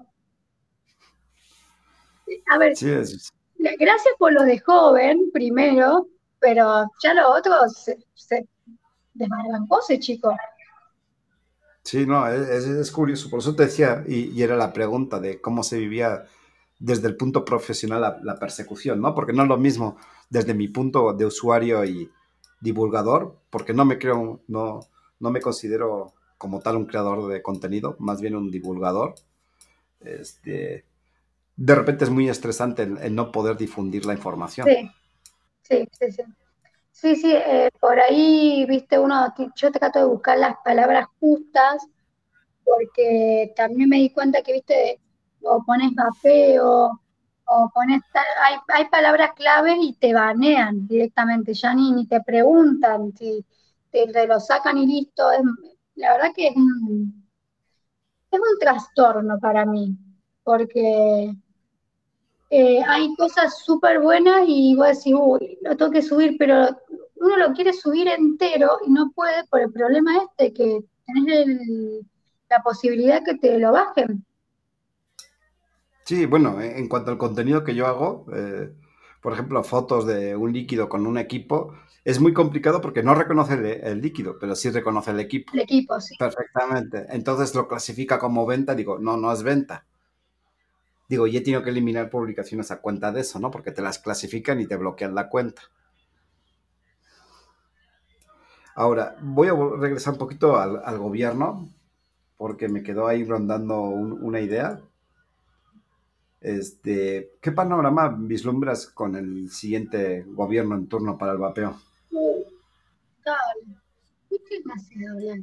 A ver, Sí, es, gracias por lo de joven, primero, pero ya lo otro se, se desbarrancó ese chico. sí, no, es, es curioso. Por eso te decía, y, y era la pregunta de cómo se vivía desde el punto profesional la, la persecución, ¿no? Porque no es lo mismo desde mi punto de usuario y, divulgador, porque no me creo, no, no me considero como tal un creador de contenido, más bien un divulgador. Este, de repente es muy estresante el, el no poder difundir la información. Sí, sí, sí, sí. Sí, sí, eh, por ahí, viste, uno, yo trato de buscar las palabras justas, porque también me di cuenta que, viste, o pones vapeo, o pones tal, hay, hay palabras claves y te banean directamente, ya ni, ni te preguntan, si te, te lo sacan y listo. Es- la verdad que es un, es un trastorno para mí, porque eh, hay cosas súper buenas y vos decís, uy, lo tengo que subir, pero uno lo quiere subir entero y no puede por el problema este, que tenés el- la posibilidad que te lo bajen. Sí, bueno, en en cuanto al contenido que yo hago, eh, por ejemplo, fotos de un líquido con un equipo, es muy complicado porque no reconoce el, el líquido, pero sí reconoce el equipo El equipo, sí. perfectamente. Entonces lo clasifica como venta, digo, no, no es venta. Digo, y he tenido que eliminar publicaciones a cuenta de eso, ¿no? Porque te las clasifican y te bloquean la cuenta. Ahora, voy a vol- regresar un poquito al, al gobierno, porque me quedó ahí rondando un- una idea. Este, ¿qué panorama vislumbras con el siguiente gobierno en turno para el vapeo? Uh, dale, ¿y qué me hace hablar?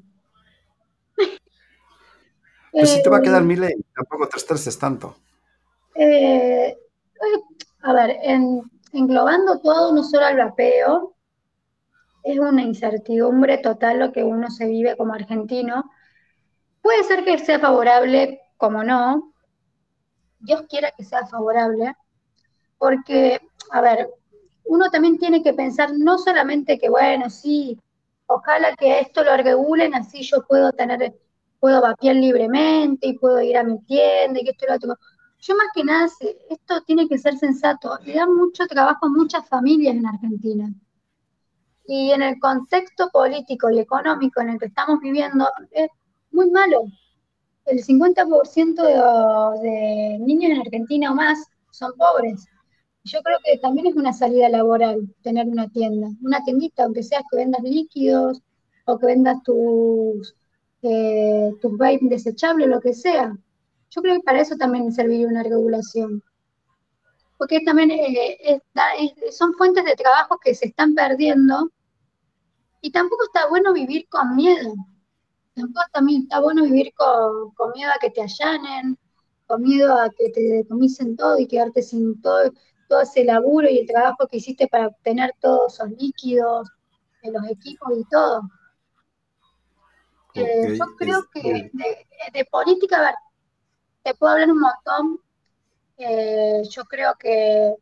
Pues sí te va a quedar Eh, Milei, tampoco te estreses tanto. eh, eh, a ver, en- englobando todo, no solo al vapeo, es una incertidumbre total lo que uno se vive como argentino. Puede ser que sea favorable, como no, Dios quiera que sea favorable, porque, a ver, uno también tiene que pensar no solamente que, bueno, sí, ojalá que esto lo regulen, así yo puedo tener, puedo vapear libremente y puedo ir a mi tienda y que esto y lo otro. Yo más que nada, sí, esto tiene que ser sensato. Le da mucho trabajo a muchas familias en Argentina. Y en el contexto político y económico en el que estamos viviendo, es muy malo. El cincuenta por ciento de, de niños en Argentina o más son pobres. Yo creo que también es una salida laboral tener una tienda, una tiendita, aunque sea que vendas líquidos o que vendas tus, eh, tus vapes desechables, lo que sea. Yo creo que para eso también serviría una regulación, porque también eh, está- es- son fuentes de trabajo que se están perdiendo y tampoco está bueno vivir con miedo. Tampoco también está bueno vivir con, con miedo a que te allanen, con miedo a que te decomisen todo y quedarte sin todo, todo ese laburo y el trabajo que hiciste para obtener todos esos líquidos, de los equipos y todo. Ok, Eh, yo creo que este, de, de política, a ver, te puedo hablar un montón. Eh, yo creo que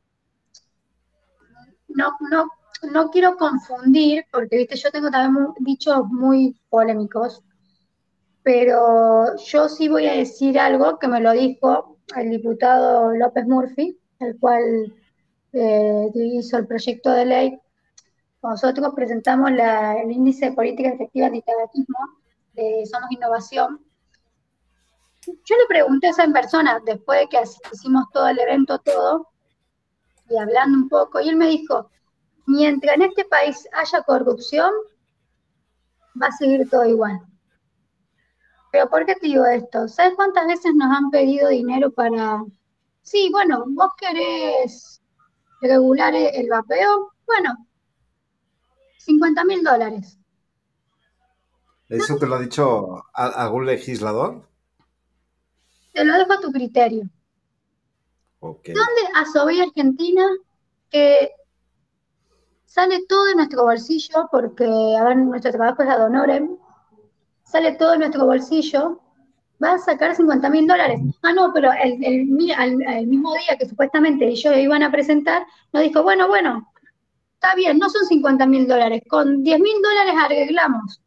no, no, no quiero confundir, porque viste, yo tengo también mu- dichos muy polémicos. Pero yo sí voy a decir algo que me lo dijo el diputado López Murphy, el cual eh, hizo el proyecto de ley. Nosotros presentamos la- el índice de política efectiva antitabaquismo de Somos Innovación. Yo le pregunté a esa persona, después de que así hicimos todo el evento, todo, y hablando un poco, y él me dijo, mientras en este país haya corrupción, va a seguir todo igual. Pero ¿por qué te digo esto? ¿Sabes cuántas veces nos han pedido dinero para... Sí, bueno, vos querés regular e- el vapeo, bueno, cincuenta mil dólares. No, ¿eso te lo ha dicho a- algún legislador? te lo dejo a tu criterio. Ok. ¿Dónde asovía Argentina que sale todo de nuestro bolsillo, porque, a ver, nuestro trabajo es ad honorem, sale todo de nuestro bolsillo, va a sacar cincuenta mil dólares? Ah, no, pero el, el mi- al- al mismo día que supuestamente ellos iban a presentar, nos dijo, bueno, bueno, está bien, no son cincuenta mil dólares, con diez mil dólares arreglamos.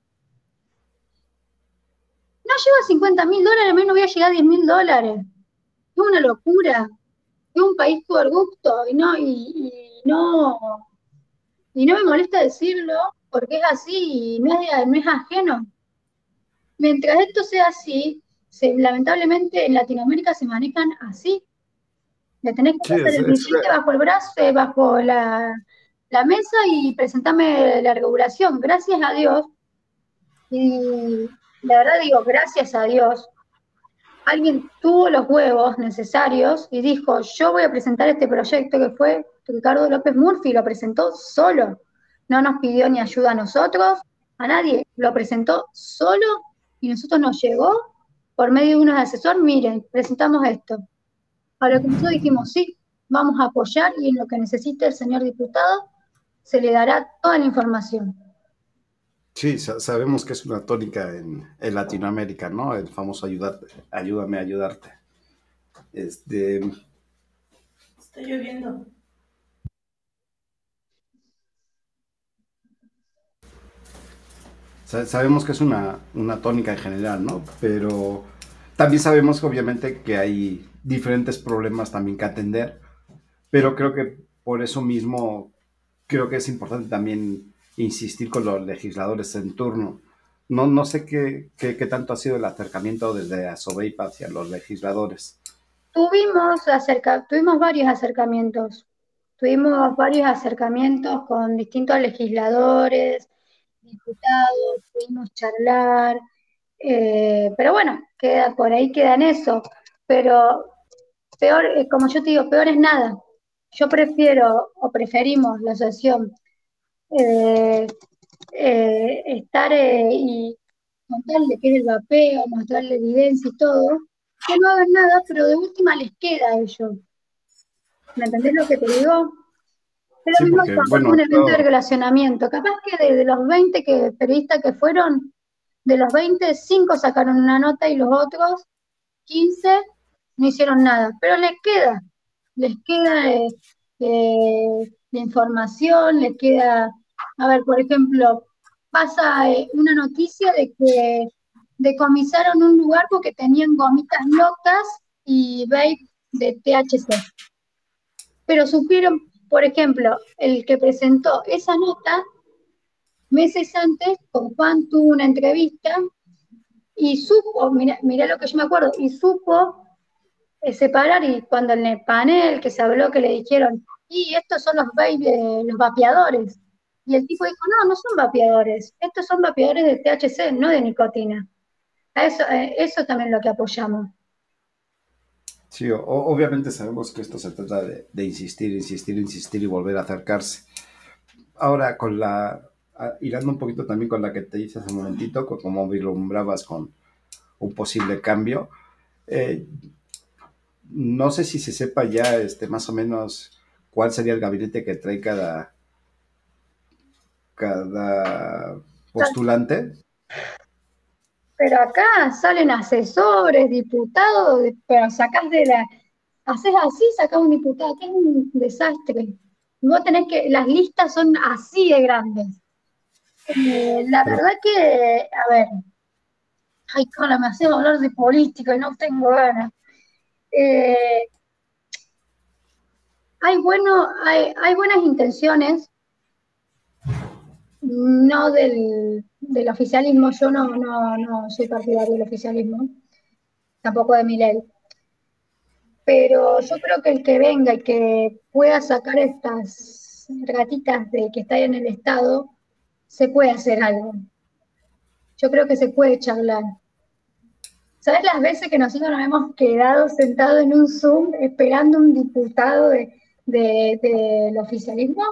No llego a cincuenta mil dólares, menos voy a llegar a diez mil dólares. Es una locura. Es un país corrupto y no, y, y no, y no me molesta decirlo porque es así y no es, no es ajeno. Mientras esto sea así, se- lamentablemente en Latinoamérica se manejan así. Le tenés que Sí, pasar es, el es- billete bajo el brazo, eh, bajo la, la mesa y presentame la regulación. Gracias a Dios, y la verdad digo, gracias a Dios, alguien tuvo los huevos necesarios y dijo, yo voy a presentar este proyecto, que fue Ricardo López Murphy, lo presentó solo, no nos pidió ni ayuda a nosotros, a nadie, lo presentó solo y nosotros nos llegó por medio de unos asesores, miren, presentamos esto. A lo que nosotros dijimos, sí, vamos a apoyar y en lo que necesite el señor diputado se le dará toda la información. Sí, sa- sabemos que es una tónica en, en Latinoamérica, ¿no? El famoso ayudarte, ayúdame a ayudarte. Este, Está lloviendo. sa- sabemos que es una, una tónica en general, ¿no? Pero también sabemos que obviamente que hay diferentes problemas también que atender, pero creo que por eso mismo creo que es importante también insistir con los legisladores en turno. No, no sé qué, qué, qué tanto ha sido el acercamiento desde Asobeip hacia los legisladores. Tuvimos, acerca, tuvimos varios acercamientos, tuvimos varios acercamientos con distintos legisladores, diputados, pudimos charlar, eh, pero bueno, queda por ahí, queda en eso. Pero peor, eh, como yo te digo, peor es nada. Yo prefiero o preferimos la asociación eh, eh, estar eh, y contarle qué es el vapeo, mostrarle evidencia y todo, que no hagan nada, pero de última les queda a ellos. ¿Me entendés lo que te digo? Es lo Sí, mismo porque, cuando bueno, es un evento de esto, relacionamiento. Capaz que de, de los veinte que, periodistas que fueron, de los veinte, cinco sacaron una nota y los otros quince no hicieron nada. Pero les queda, les queda eh, eh, de información, les queda, a ver, por ejemplo, pasa eh, una noticia de que decomisaron un lugar porque tenían gomitas locas y vape de T H C. Pero supieron, por ejemplo, el que presentó esa nota, meses antes, con Juan tuvo una entrevista y supo, mira, mira lo que yo me acuerdo, y supo eh, separar, y cuando en el panel que se habló que le dijeron, y estos son los, vape- los vapeadores, y el tipo dijo, no, no son vapeadores, estos son vapeadores de T H C, no de nicotina. A eso, eh, eso también es lo que apoyamos. sí, o- obviamente sabemos que esto se trata de, de insistir, insistir, insistir y volver a acercarse. Ahora, con la, a- hilando un poquito también con la que te hice hace un momentito, con cómo vislumbrabas con un posible cambio, eh, no sé si se sepa ya este, más o menos cuál sería el gabinete que trae cada, cada postulante. Pero acá salen asesores, diputados, pero sacás de la, haces así, sacás un diputado, que es un desastre. Vos tenés que, las listas son así de grandes. Eh, la Pero, verdad que, a ver, ay, cara, me haces hablar de política y no tengo ganas. Eh, hay, bueno, hay, hay buenas intenciones, no del, del oficialismo, yo no, no, no soy partidario del oficialismo, tampoco de mi ley. Pero yo creo que el que venga y que pueda sacar estas ratitas de que están en el Estado, se puede hacer algo. Yo creo que se puede charlar. ¿Sabes las veces que nosotros nos hemos quedado sentados en un Zoom esperando un diputado de, de- del oficialismo?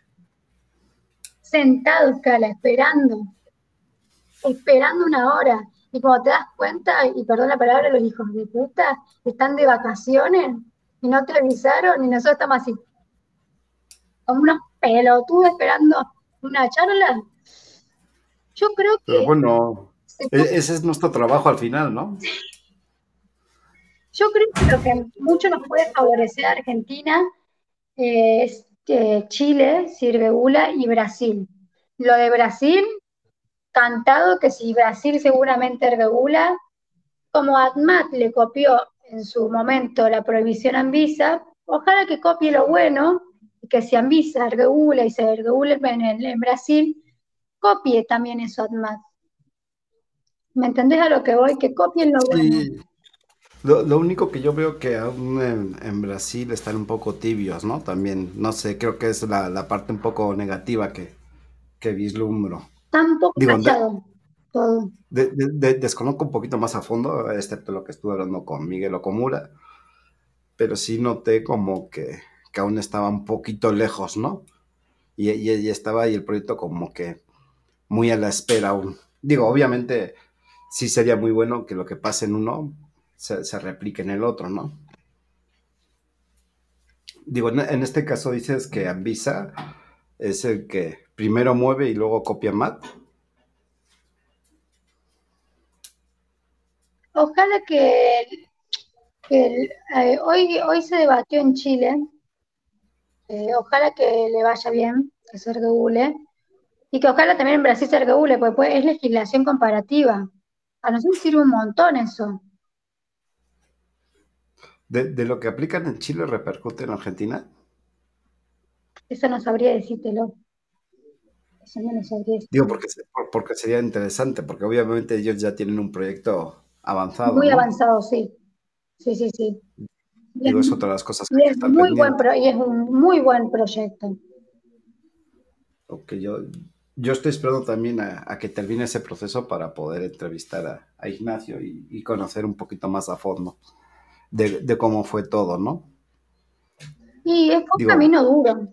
Sentados, Cala, esperando, esperando una hora. Y cuando te das cuenta, y perdón la palabra, los hijos de puta están de vacaciones y no te avisaron y nosotros estamos así, como unos pelotudos esperando una charla. Yo creo pero que bueno, se e- puede, ese es nuestro trabajo al final, ¿no? yo creo que lo que mucho nos puede favorecer a Argentina eh, es eh, Chile, si regula, y Brasil. Lo de Brasil, cantado que si Brasil seguramente regula, como ADMAT le copió en su momento la prohibición a Anvisa, ojalá que copie lo bueno, y que si Anvisa regula y se regule en, en Brasil, copie también eso ADMAT. ¿Me entendés a lo que voy? Que copien lo bueno. Sí, Lo, lo único que yo veo que aún en, en Brasil están un poco tibios, ¿no? También, no sé, creo que es la, la parte un poco negativa que, que vislumbro. Está un poco Digo, de- callado todo. de- de- de- desconozco un poquito más a fondo, excepto lo que estuve hablando con Miguel Okomura, pero sí noté como que, que aún estaba un poquito lejos, ¿no? Y, y, y estaba ahí el proyecto como que muy a la espera aún. Digo, obviamente sí sería muy bueno que lo que pase en uno se, se replique en el otro, ¿no? Digo, en, en este caso dices que Anvisa es el que primero mueve y luego copia Matt. Ojalá que, que el- eh, hoy, hoy se debatió en Chile, eh, ojalá que le vaya bien, que se regule, y que ojalá también en Brasil se regule, porque pues, es legislación comparativa. A nosotros sirve un montón eso. De, de lo que aplican en Chile repercute en Argentina. Eso no sabría decírtelo. Eso no lo sabría Digo, decirlo. porque, se- por- porque sería interesante, porque obviamente ellos ya tienen un proyecto avanzado, Muy ¿no? avanzado, sí. Sí, sí, sí. Y es, Digo, es otra de las cosas que y hay que es estar muy buen pendiente. pro- y es un muy buen proyecto. Porque yo, yo estoy esperando también a, a que termine ese proceso para poder entrevistar a, a Ignacio y, y conocer un poquito más a fondo de, de cómo fue todo, ¿no? Y es un Digo, camino duro.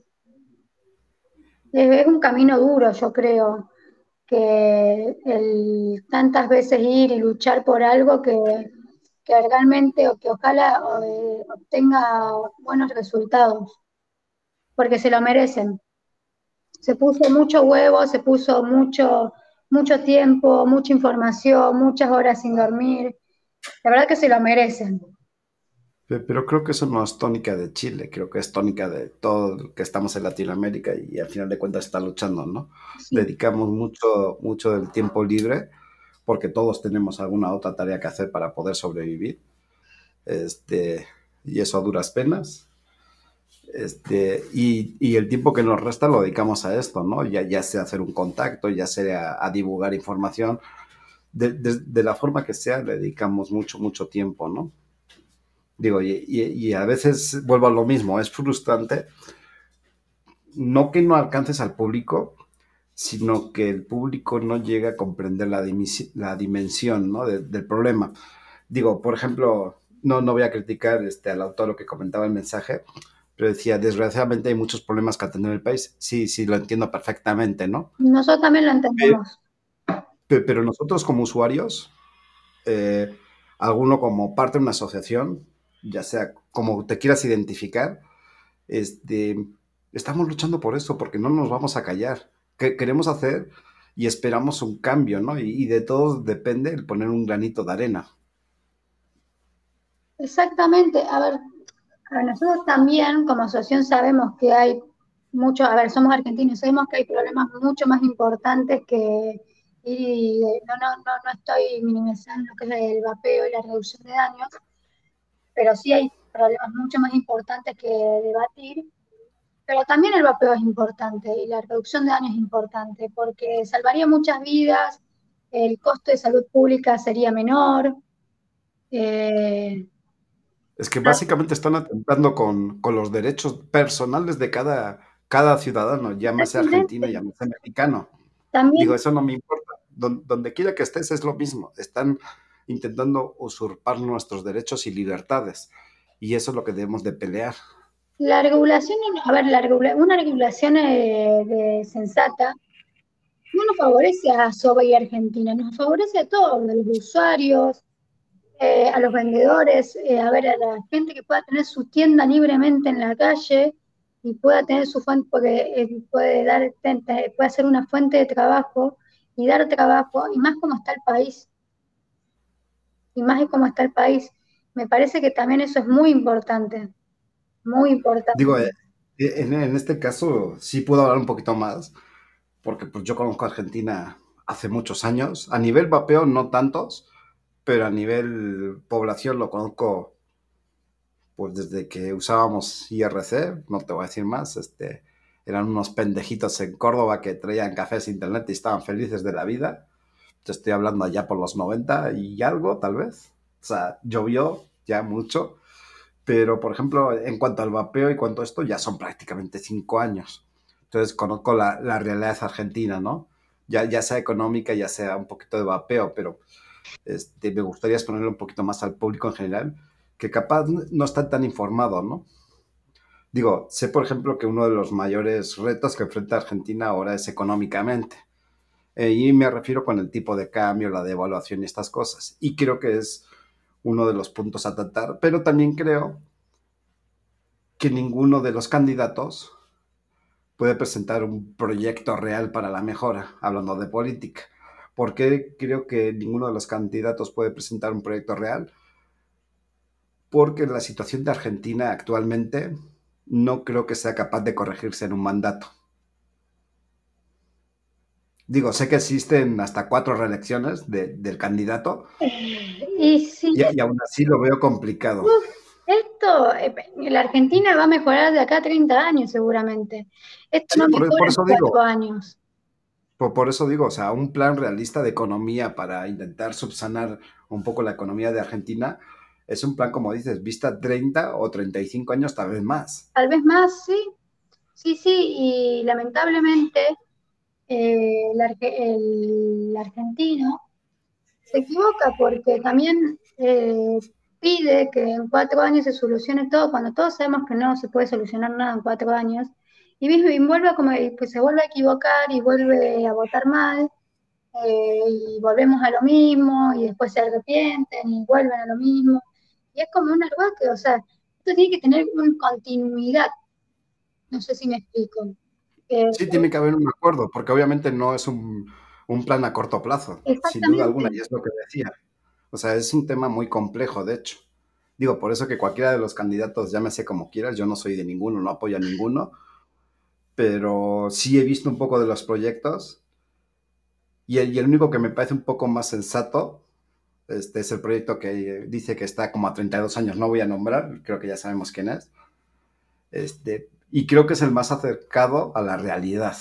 Es, es un camino duro, yo creo, que el tantas veces ir y luchar por algo que, que realmente o que ojalá eh, obtenga buenos resultados, porque se lo merecen. Se puso mucho huevo, se puso mucho, mucho tiempo, mucha información, muchas horas sin dormir. La verdad que se lo merecen. pe- pero creo que eso no es tónica de Chile, creo que es tónica de todo lo que estamos en Latinoamérica y al final de cuentas está luchando, ¿no? Sí, Dedicamos mucho, mucho del tiempo libre porque todos tenemos alguna otra tarea que hacer para poder sobrevivir, este, y eso a duras penas. Este, y, y el tiempo que nos resta lo dedicamos a esto, ¿no? Ya, ya sea hacer un contacto, ya sea a, a divulgar información, de, de, de, la forma que sea, le dedicamos mucho, mucho tiempo, ¿no? Digo, y, y, y, a veces vuelvo a lo mismo, es frustrante, no que no alcances al público, sino que el público no llega a comprender la, dimisi- la dimensión, ¿no? de, del problema. Digo, por ejemplo, no, no voy a criticar este, al autor lo que comentaba el mensaje, pero decía, desgraciadamente hay muchos problemas que atender en el país. Sí, sí, lo entiendo perfectamente, ¿no? nosotros también lo Pero, entendemos. pero nosotros como usuarios, eh, alguno como parte de una asociación, ya sea como te quieras identificar, este, estamos luchando por eso, porque no nos vamos a callar. Que queremos hacer y esperamos un cambio, ¿no? Y, y de todos depende el poner un granito de arena. Exactamente. A ver, a ver, nosotros también como asociación sabemos que hay mucho, a ver, somos argentinos, sabemos que hay problemas mucho más importantes que y no, no, no, no estoy minimizando lo que es el vapeo y la reducción de daños, pero sí hay problemas mucho más importantes que debatir. Pero también el vapeo es importante y la reducción de daños es importante porque salvaría muchas vidas, el costo de salud pública sería menor. eh, Es que básicamente están atentando con, con los derechos personales de cada, cada ciudadano, llámese argentino, Exactamente. llámese mexicano. Digo, También eso no me importa. Don- donde quiera que estés es lo mismo. Están intentando usurpar nuestros derechos y libertades. Y eso es lo que debemos de pelear. la regulación, a ver, la regula- una regulación eh, de sensata no nos favorece a Soba y Argentina, nos favorece a todos, a los usuarios, eh, a los vendedores, eh, a ver, a la gente que pueda tener su tienda libremente en la calle y pueda tener su fuente, porque eh, puede dar, puede ser una fuente de trabajo y dar trabajo, y más como está el país, y más de cómo está el país. Me parece que también eso es muy importante, muy Digo, eh, importante. en, en este caso sí puedo hablar un poquito más, porque pues yo conozco a Argentina hace muchos años. A nivel vapeo no tantos, pero a nivel población lo conozco pues desde que usábamos I R C, no te voy a decir más, este, eran unos pendejitos en Córdoba que traían cafés a internet y estaban felices de la vida. Te estoy hablando allá por los noventa y algo, tal vez. O sea, llovió ya mucho, pero por ejemplo, en cuanto al vapeo y cuanto a esto, ya son prácticamente cinco años. Entonces conozco la, la realidad argentina, ¿no? Ya, ya sea económica, ya sea un poquito de vapeo, pero este, me gustaría exponerlo un poquito más al público en general, que capaz no está tan informado, ¿no? Digo, sé por ejemplo que uno de los mayores retos que enfrenta Argentina ahora es económicamente. Eh, y me refiero con el tipo de cambio, la devaluación y estas cosas. Y creo que es uno de los puntos a tratar, pero también creo que ninguno de los candidatos puede presentar un proyecto real para la mejora, hablando de política. ¿Por qué creo que ninguno de los candidatos puede presentar un proyecto real? Porque la situación de Argentina actualmente no creo que sea capaz de corregirse en un mandato. Digo, sé que existen hasta cuatro reelecciones de, del candidato Y sí, y, y aún así lo veo complicado. uf, esto, eh, la Argentina va a mejorar de acá a treinta años seguramente. Esto Sí, no por, mejora por en eso cuatro digo, años. por, por eso digo, o sea, un plan realista de economía para intentar subsanar un poco la economía de Argentina es un plan, como dices, vista treinta o treinta y cinco años, tal vez más. Tal vez más, sí, sí, sí, y lamentablemente eh, el, arge- el argentino se equivoca porque también eh, pide que en cuatro años se solucione todo, cuando todos sabemos que no se puede solucionar nada en cuatro años, y, mismo- y vuelve a como, y pues se vuelve a equivocar y vuelve a votar mal, eh, y volvemos a lo mismo, y después se arrepienten y vuelven a lo mismo, y es como un arbaque, o sea, esto tiene que tener una continuidad, no sé si me explico. Eh, Sí, tiene que haber un acuerdo, porque obviamente no es un, un plan a corto plazo, sin duda alguna, y exactamente. es lo que decía. O sea, es un tema muy complejo, de hecho. Digo, por eso que cualquiera de los candidatos, llámese como quieras, yo no soy de ninguno, no apoyo a ninguno, pero sí he visto un poco de los proyectos y el, y el único que me parece un poco más sensato este es el proyecto que dice que está como a treinta y dos años, no voy a nombrar, creo que ya sabemos quién es, este, y creo que es el más acercado a la realidad.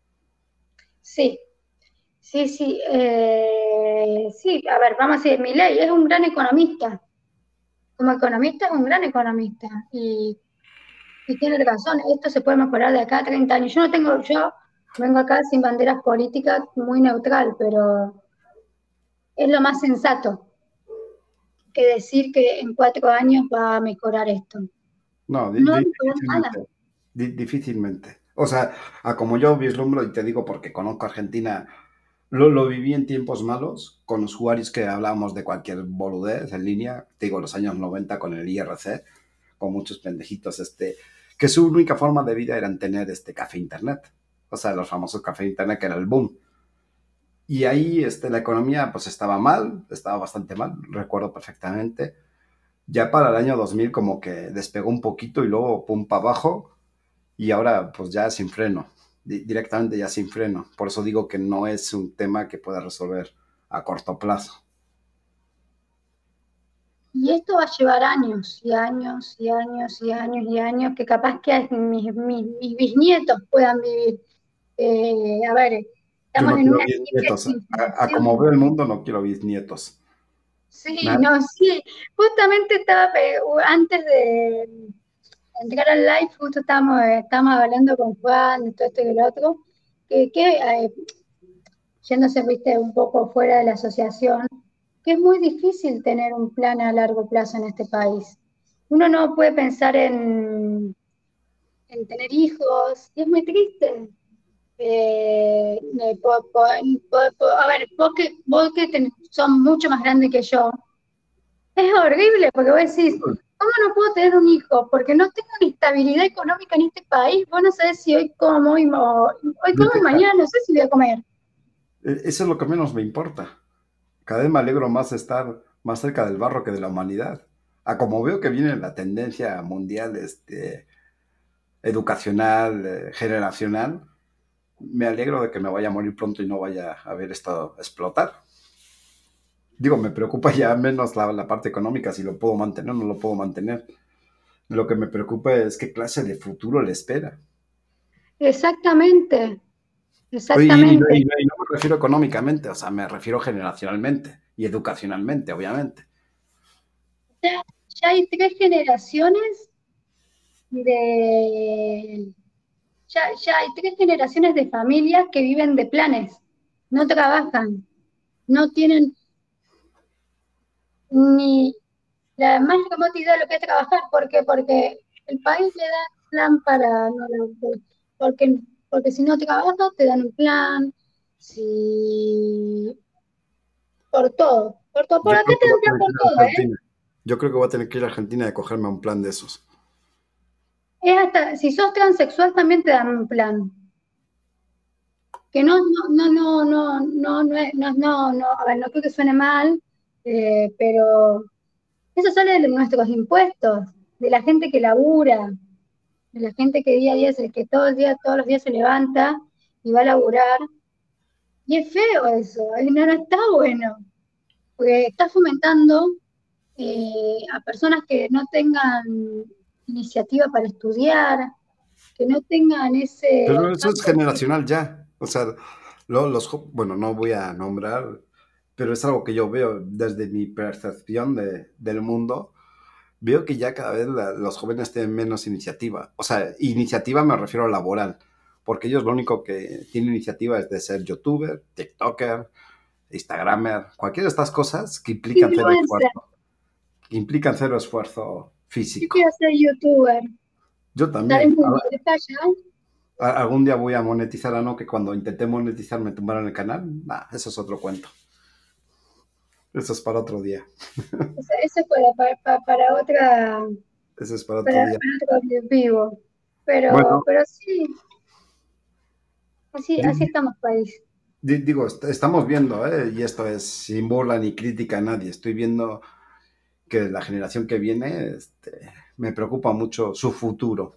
Sí, sí, sí, eh, sí, a ver, vamos a decir, Milei es un gran economista, como economista es un gran economista, y, y tiene razón, esto se puede mejorar de acá a treinta años. Yo no tengo, yo vengo acá sin banderas políticas, muy neutral, pero es lo más sensato que decir que en cuatro años va a mejorar esto. No, di- No va a di- mejorar nada. difícilmente, di- difícilmente. O sea, a como yo vislumbro, y te digo porque conozco Argentina, lo, lo viví en tiempos malos, con usuarios que hablábamos de cualquier boludez en línea, te digo, los años noventa con el I R C, con muchos pendejitos, este, que su única forma de vida era tener este café internet. O sea, los famosos café internet que era el boom. Y ahí este, la economía pues estaba mal, estaba bastante mal, recuerdo perfectamente. Ya para el año dos mil como que despegó un poquito y luego pum para abajo y ahora pues ya sin freno, di- directamente ya sin freno. Por eso digo que no es un tema que pueda resolver a corto plazo. Y esto va a llevar años y años y años y años y años que capaz que mis, mis, mis bisnietos puedan vivir. Eh, a ver, Yo estamos no en quiero una bisnietos, a, a como hipercivilización. veo el mundo no quiero bisnietos. Sí, Nada. no, sí. Justamente estaba, eh, antes de entrar al live, justo estábamos, eh, estábamos hablando con Juan de todo esto y lo otro, que, que eh, yéndose, viste, un poco fuera de la asociación, que es muy difícil tener un plan a largo plazo en este país. Uno no puede pensar en, en tener hijos, y es muy triste. Eh, eh, po- po- po- po- a ver, vos que, vos que ten- son mucho más grandes que yo, es horrible porque vos decís, ¿cómo no puedo tener un hijo? Porque no tengo una estabilidad económica en este país. Vos no sabés si hoy como y, mo- hoy como y mañana no sé si voy a comer. Eso es lo que menos me importa. Cada vez me alegro más de estar más cerca del barro que de la humanidad. A como veo que viene la tendencia mundial este, educacional, eh, generacional, me alegro de que me vaya a morir pronto y no vaya a ver esto explotar. Digo, me preocupa ya menos la, la parte económica, si lo puedo mantener o no lo puedo mantener. Lo que me preocupa es qué clase de futuro le espera. Exactamente, Oye, y, y no exactamente. y no- y no me refiero económicamente, o sea, me refiero generacionalmente y educacionalmente, obviamente. ya hay tres generaciones de, ya, ya hay tres generaciones de familias que viven de planes, no trabajan, no tienen ni la más remota idea de lo que es trabajar. ¿Por qué? Porque el país le da plan para, no, la- porque, porque si no trabajas te dan un plan, si, por todo, por todo, por Yo acá creo te que voy dan a plan tener que por ir a todo, ¿eh? Argentina. Yo creo que voy a tener que ir a Argentina y cogerme un plan de esos. Es hasta, si sos transexual también te dan un plan. Que no, no, no, no, no, no, no, es- no, no, no, a ver, no creo que suene mal, eh, pero eso sale de nuestros impuestos, de la gente que labura, de la gente que día a día, se- que todo el día, todos los días se levanta y va a laburar. Y es feo eso, y no, no está bueno, porque está fomentando eh, a personas que no tengan iniciativa para estudiar, que no tengan ese Pero eso es olfato. generacional ya. O sea, lo- los, jo- bueno, no voy a nombrar, pero es algo que yo veo desde mi percepción de- del mundo. Veo que ya cada vez la- los jóvenes tienen menos iniciativa. O sea, iniciativa me refiero a laboral, porque ellos lo único que tienen iniciativa es de ser youtuber, tiktoker, instagramer, cualquiera de estas cosas que implican cero Influencer, esfuerzo, que implican cero esfuerzo yo quiero físico. ser youtuber, Yo sale también. muy bien, está allá. A- Algún día voy a monetizar a no que cuando intenté monetizar me tumbaron el canal. Nah, eso es otro cuento. Eso es para otro día. Eso, eso es para, para, para, para otra, Eso es para otro para, día. para otro vivo. Pero, Bueno, pero sí, así, di- así estamos país. di- digo, est- estamos viendo, ¿eh? Y esto es sin burla ni crítica a nadie. Estoy viendo que la generación que viene, este, me preocupa mucho su futuro,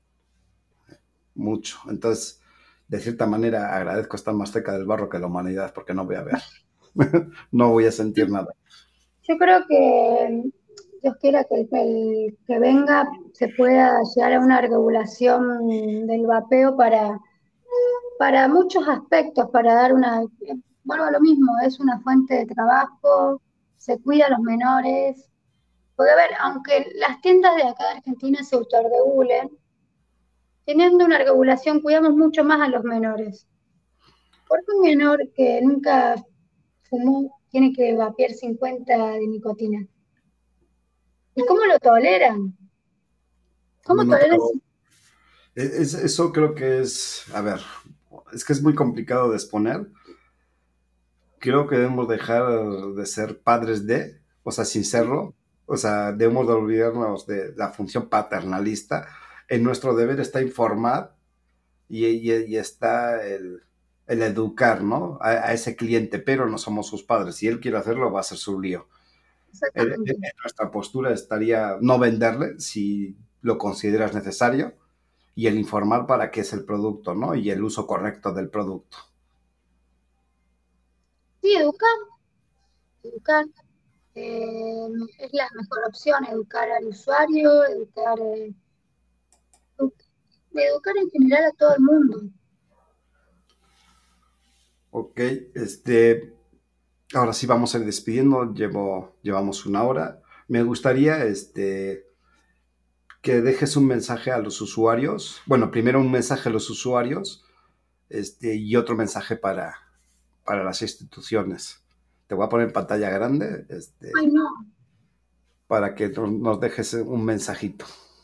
mucho. Entonces, de cierta manera, agradezco estar más cerca del barro que la humanidad, porque no voy a ver, no voy a sentir nada. Yo creo que Dios quiera que el, el que venga se pueda llegar a una regulación del vapeo para, para muchos aspectos, para dar una, vuelvo a lo mismo, es una fuente de trabajo, se cuida a los menores, porque a ver, aunque las tiendas de acá de Argentina se autorregulen, teniendo una regulación cuidamos mucho más a los menores. ¿Por qué un menor que nunca fumó tiene que vapear cincuenta de nicotina? ¿Y cómo lo toleran? ¿Cómo Bueno, toleran? pero es- eso creo que es, a ver, es que es muy complicado de exponer. Creo que debemos dejar de ser padres de, o sea, sin serlo, o sea, debemos de olvidarnos de la función paternalista. En nuestro deber está informar y, y- y está el, el educar, ¿no? A, a ese cliente, pero no somos sus padres. Si él quiere hacerlo, va a ser su lío. En, en- Exactamente. en nuestra postura estaría no venderle si lo consideras necesario y el informar para qué es el producto, ¿no? Y el uso correcto del producto. Sí, educar, educar eh, es la mejor opción, educar al usuario, educar, eh, edu- educar en general a todo el mundo. Ok, este, ahora sí vamos a ir despidiendo, llevo, llevamos una hora. Me gustaría este, que dejes un mensaje a los usuarios. Bueno, primero un mensaje a los usuarios este, y otro mensaje para, para las instituciones. Te voy a poner en pantalla grande Ay, este, no. para que nos, nos dejes un mensajito.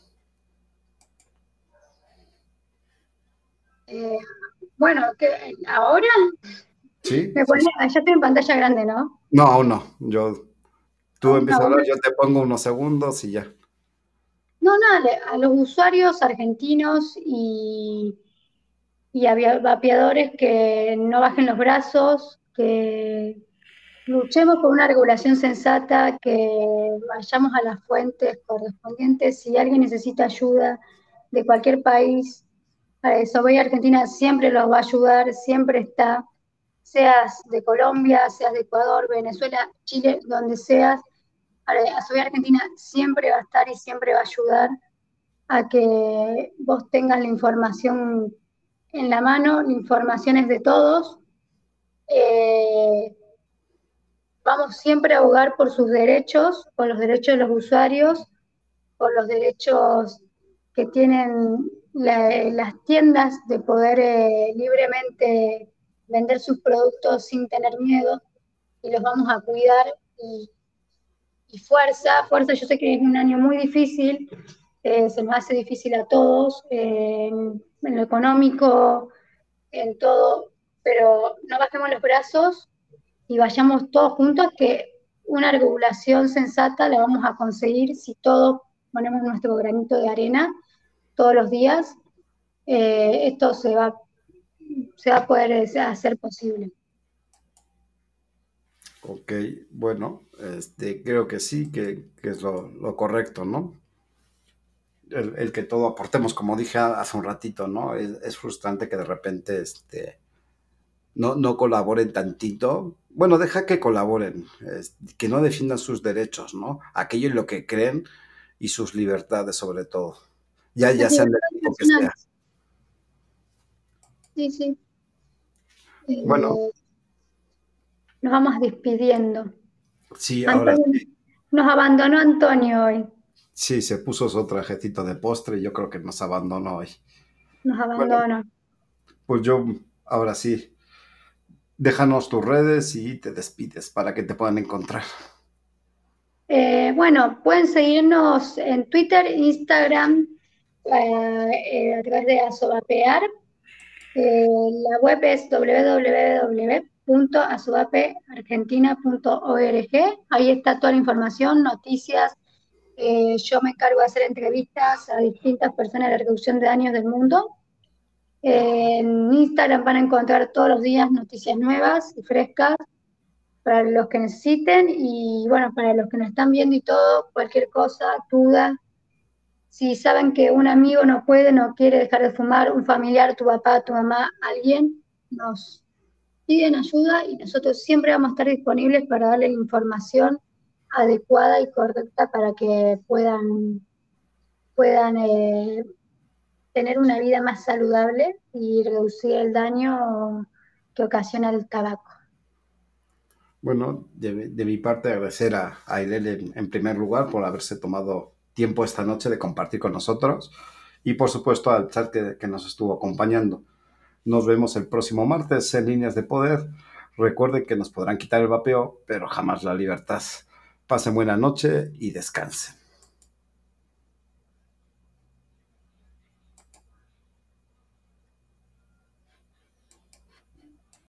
Eh, bueno, que ahora ¿Sí? me Sí, pone, sí. ah, ya estoy en pantalla grande, ¿no? No, aún no. Yo, tú Aún empiezas a no, hablar, bueno. yo te pongo unos segundos y ya. No, nada, le- a los usuarios argentinos y, y avia- vapeadores que no bajen los brazos, que luchemos por una regulación sensata, que vayamos a las fuentes correspondientes. Si alguien necesita ayuda de cualquier país, eh, Sobeya Argentina siempre los va a ayudar, siempre está, seas de Colombia, seas de Ecuador, Venezuela, Chile, donde seas, a Sobeya Argentina siempre va a estar y siempre va a ayudar a que vos tengas la información en la mano, la información es de todos. Eh, vamos siempre a abogar por sus derechos, por los derechos de los usuarios, por los derechos que tienen la, las tiendas de poder eh, libremente vender sus productos sin tener miedo, y los vamos a cuidar. Y, y fuerza, fuerza, yo sé que es un año muy difícil, eh, se nos hace difícil a todos, eh, en, en lo económico, en todo, pero no bajemos los brazos y vayamos todos juntos, que una regulación sensata la vamos a conseguir si todos ponemos nuestro granito de arena todos los días. Eh, esto se va, se va a poder eh, hacer posible. Ok, bueno, este, creo que sí, que, que es lo, lo correcto, ¿no? El, el que todo aportemos, como dije hace un ratito, ¿no? Es, es frustrante que de repente este, no, no colaboren tantito. Bueno, deja que colaboren, es, que no defiendan sus derechos, ¿no? Aquello en lo que creen y sus libertades sobre todo. Ya, ya sean del tipo que sea. Sí, sí. Eh, Bueno. Nos vamos despidiendo. Sí, Antonio, ahora sí. Nos abandonó Antonio hoy. Sí, se puso su trajecito de postre y yo creo que nos abandonó hoy. Nos abandonó. Bueno, pues yo, ahora sí, déjanos tus redes y te despides para que te puedan encontrar. Eh, bueno, pueden seguirnos en Twitter, Instagram, eh, eh, a través de Asovapear. Eh, la web es doble u doble u doble u punto asovape argentina punto org. Ahí está toda la información, noticias. Eh, yo me encargo de hacer entrevistas a distintas personas de la reducción de daños del mundo. Eh, en Instagram van a encontrar todos los días noticias nuevas y frescas para los que necesiten, y bueno, para los que nos están viendo y todo, cualquier cosa, duda. Si saben que un amigo no puede, no quiere dejar de fumar, un familiar, tu papá, tu mamá, alguien, nos piden ayuda y nosotros siempre vamos a estar disponibles para darle la información adecuada y correcta para que puedan, puedan eh, tener una vida más saludable y reducir el daño que ocasiona el tabaco. Bueno, de, de mi parte agradecer a, a Ailén en, en primer lugar por haberse tomado tiempo esta noche de compartir con nosotros y por supuesto al chat que, que nos estuvo acompañando. Nos vemos el próximo martes en Líneas de Poder. Recuerden que nos podrán quitar el vapeo, pero jamás la libertad. Pasen buena noche y descansen.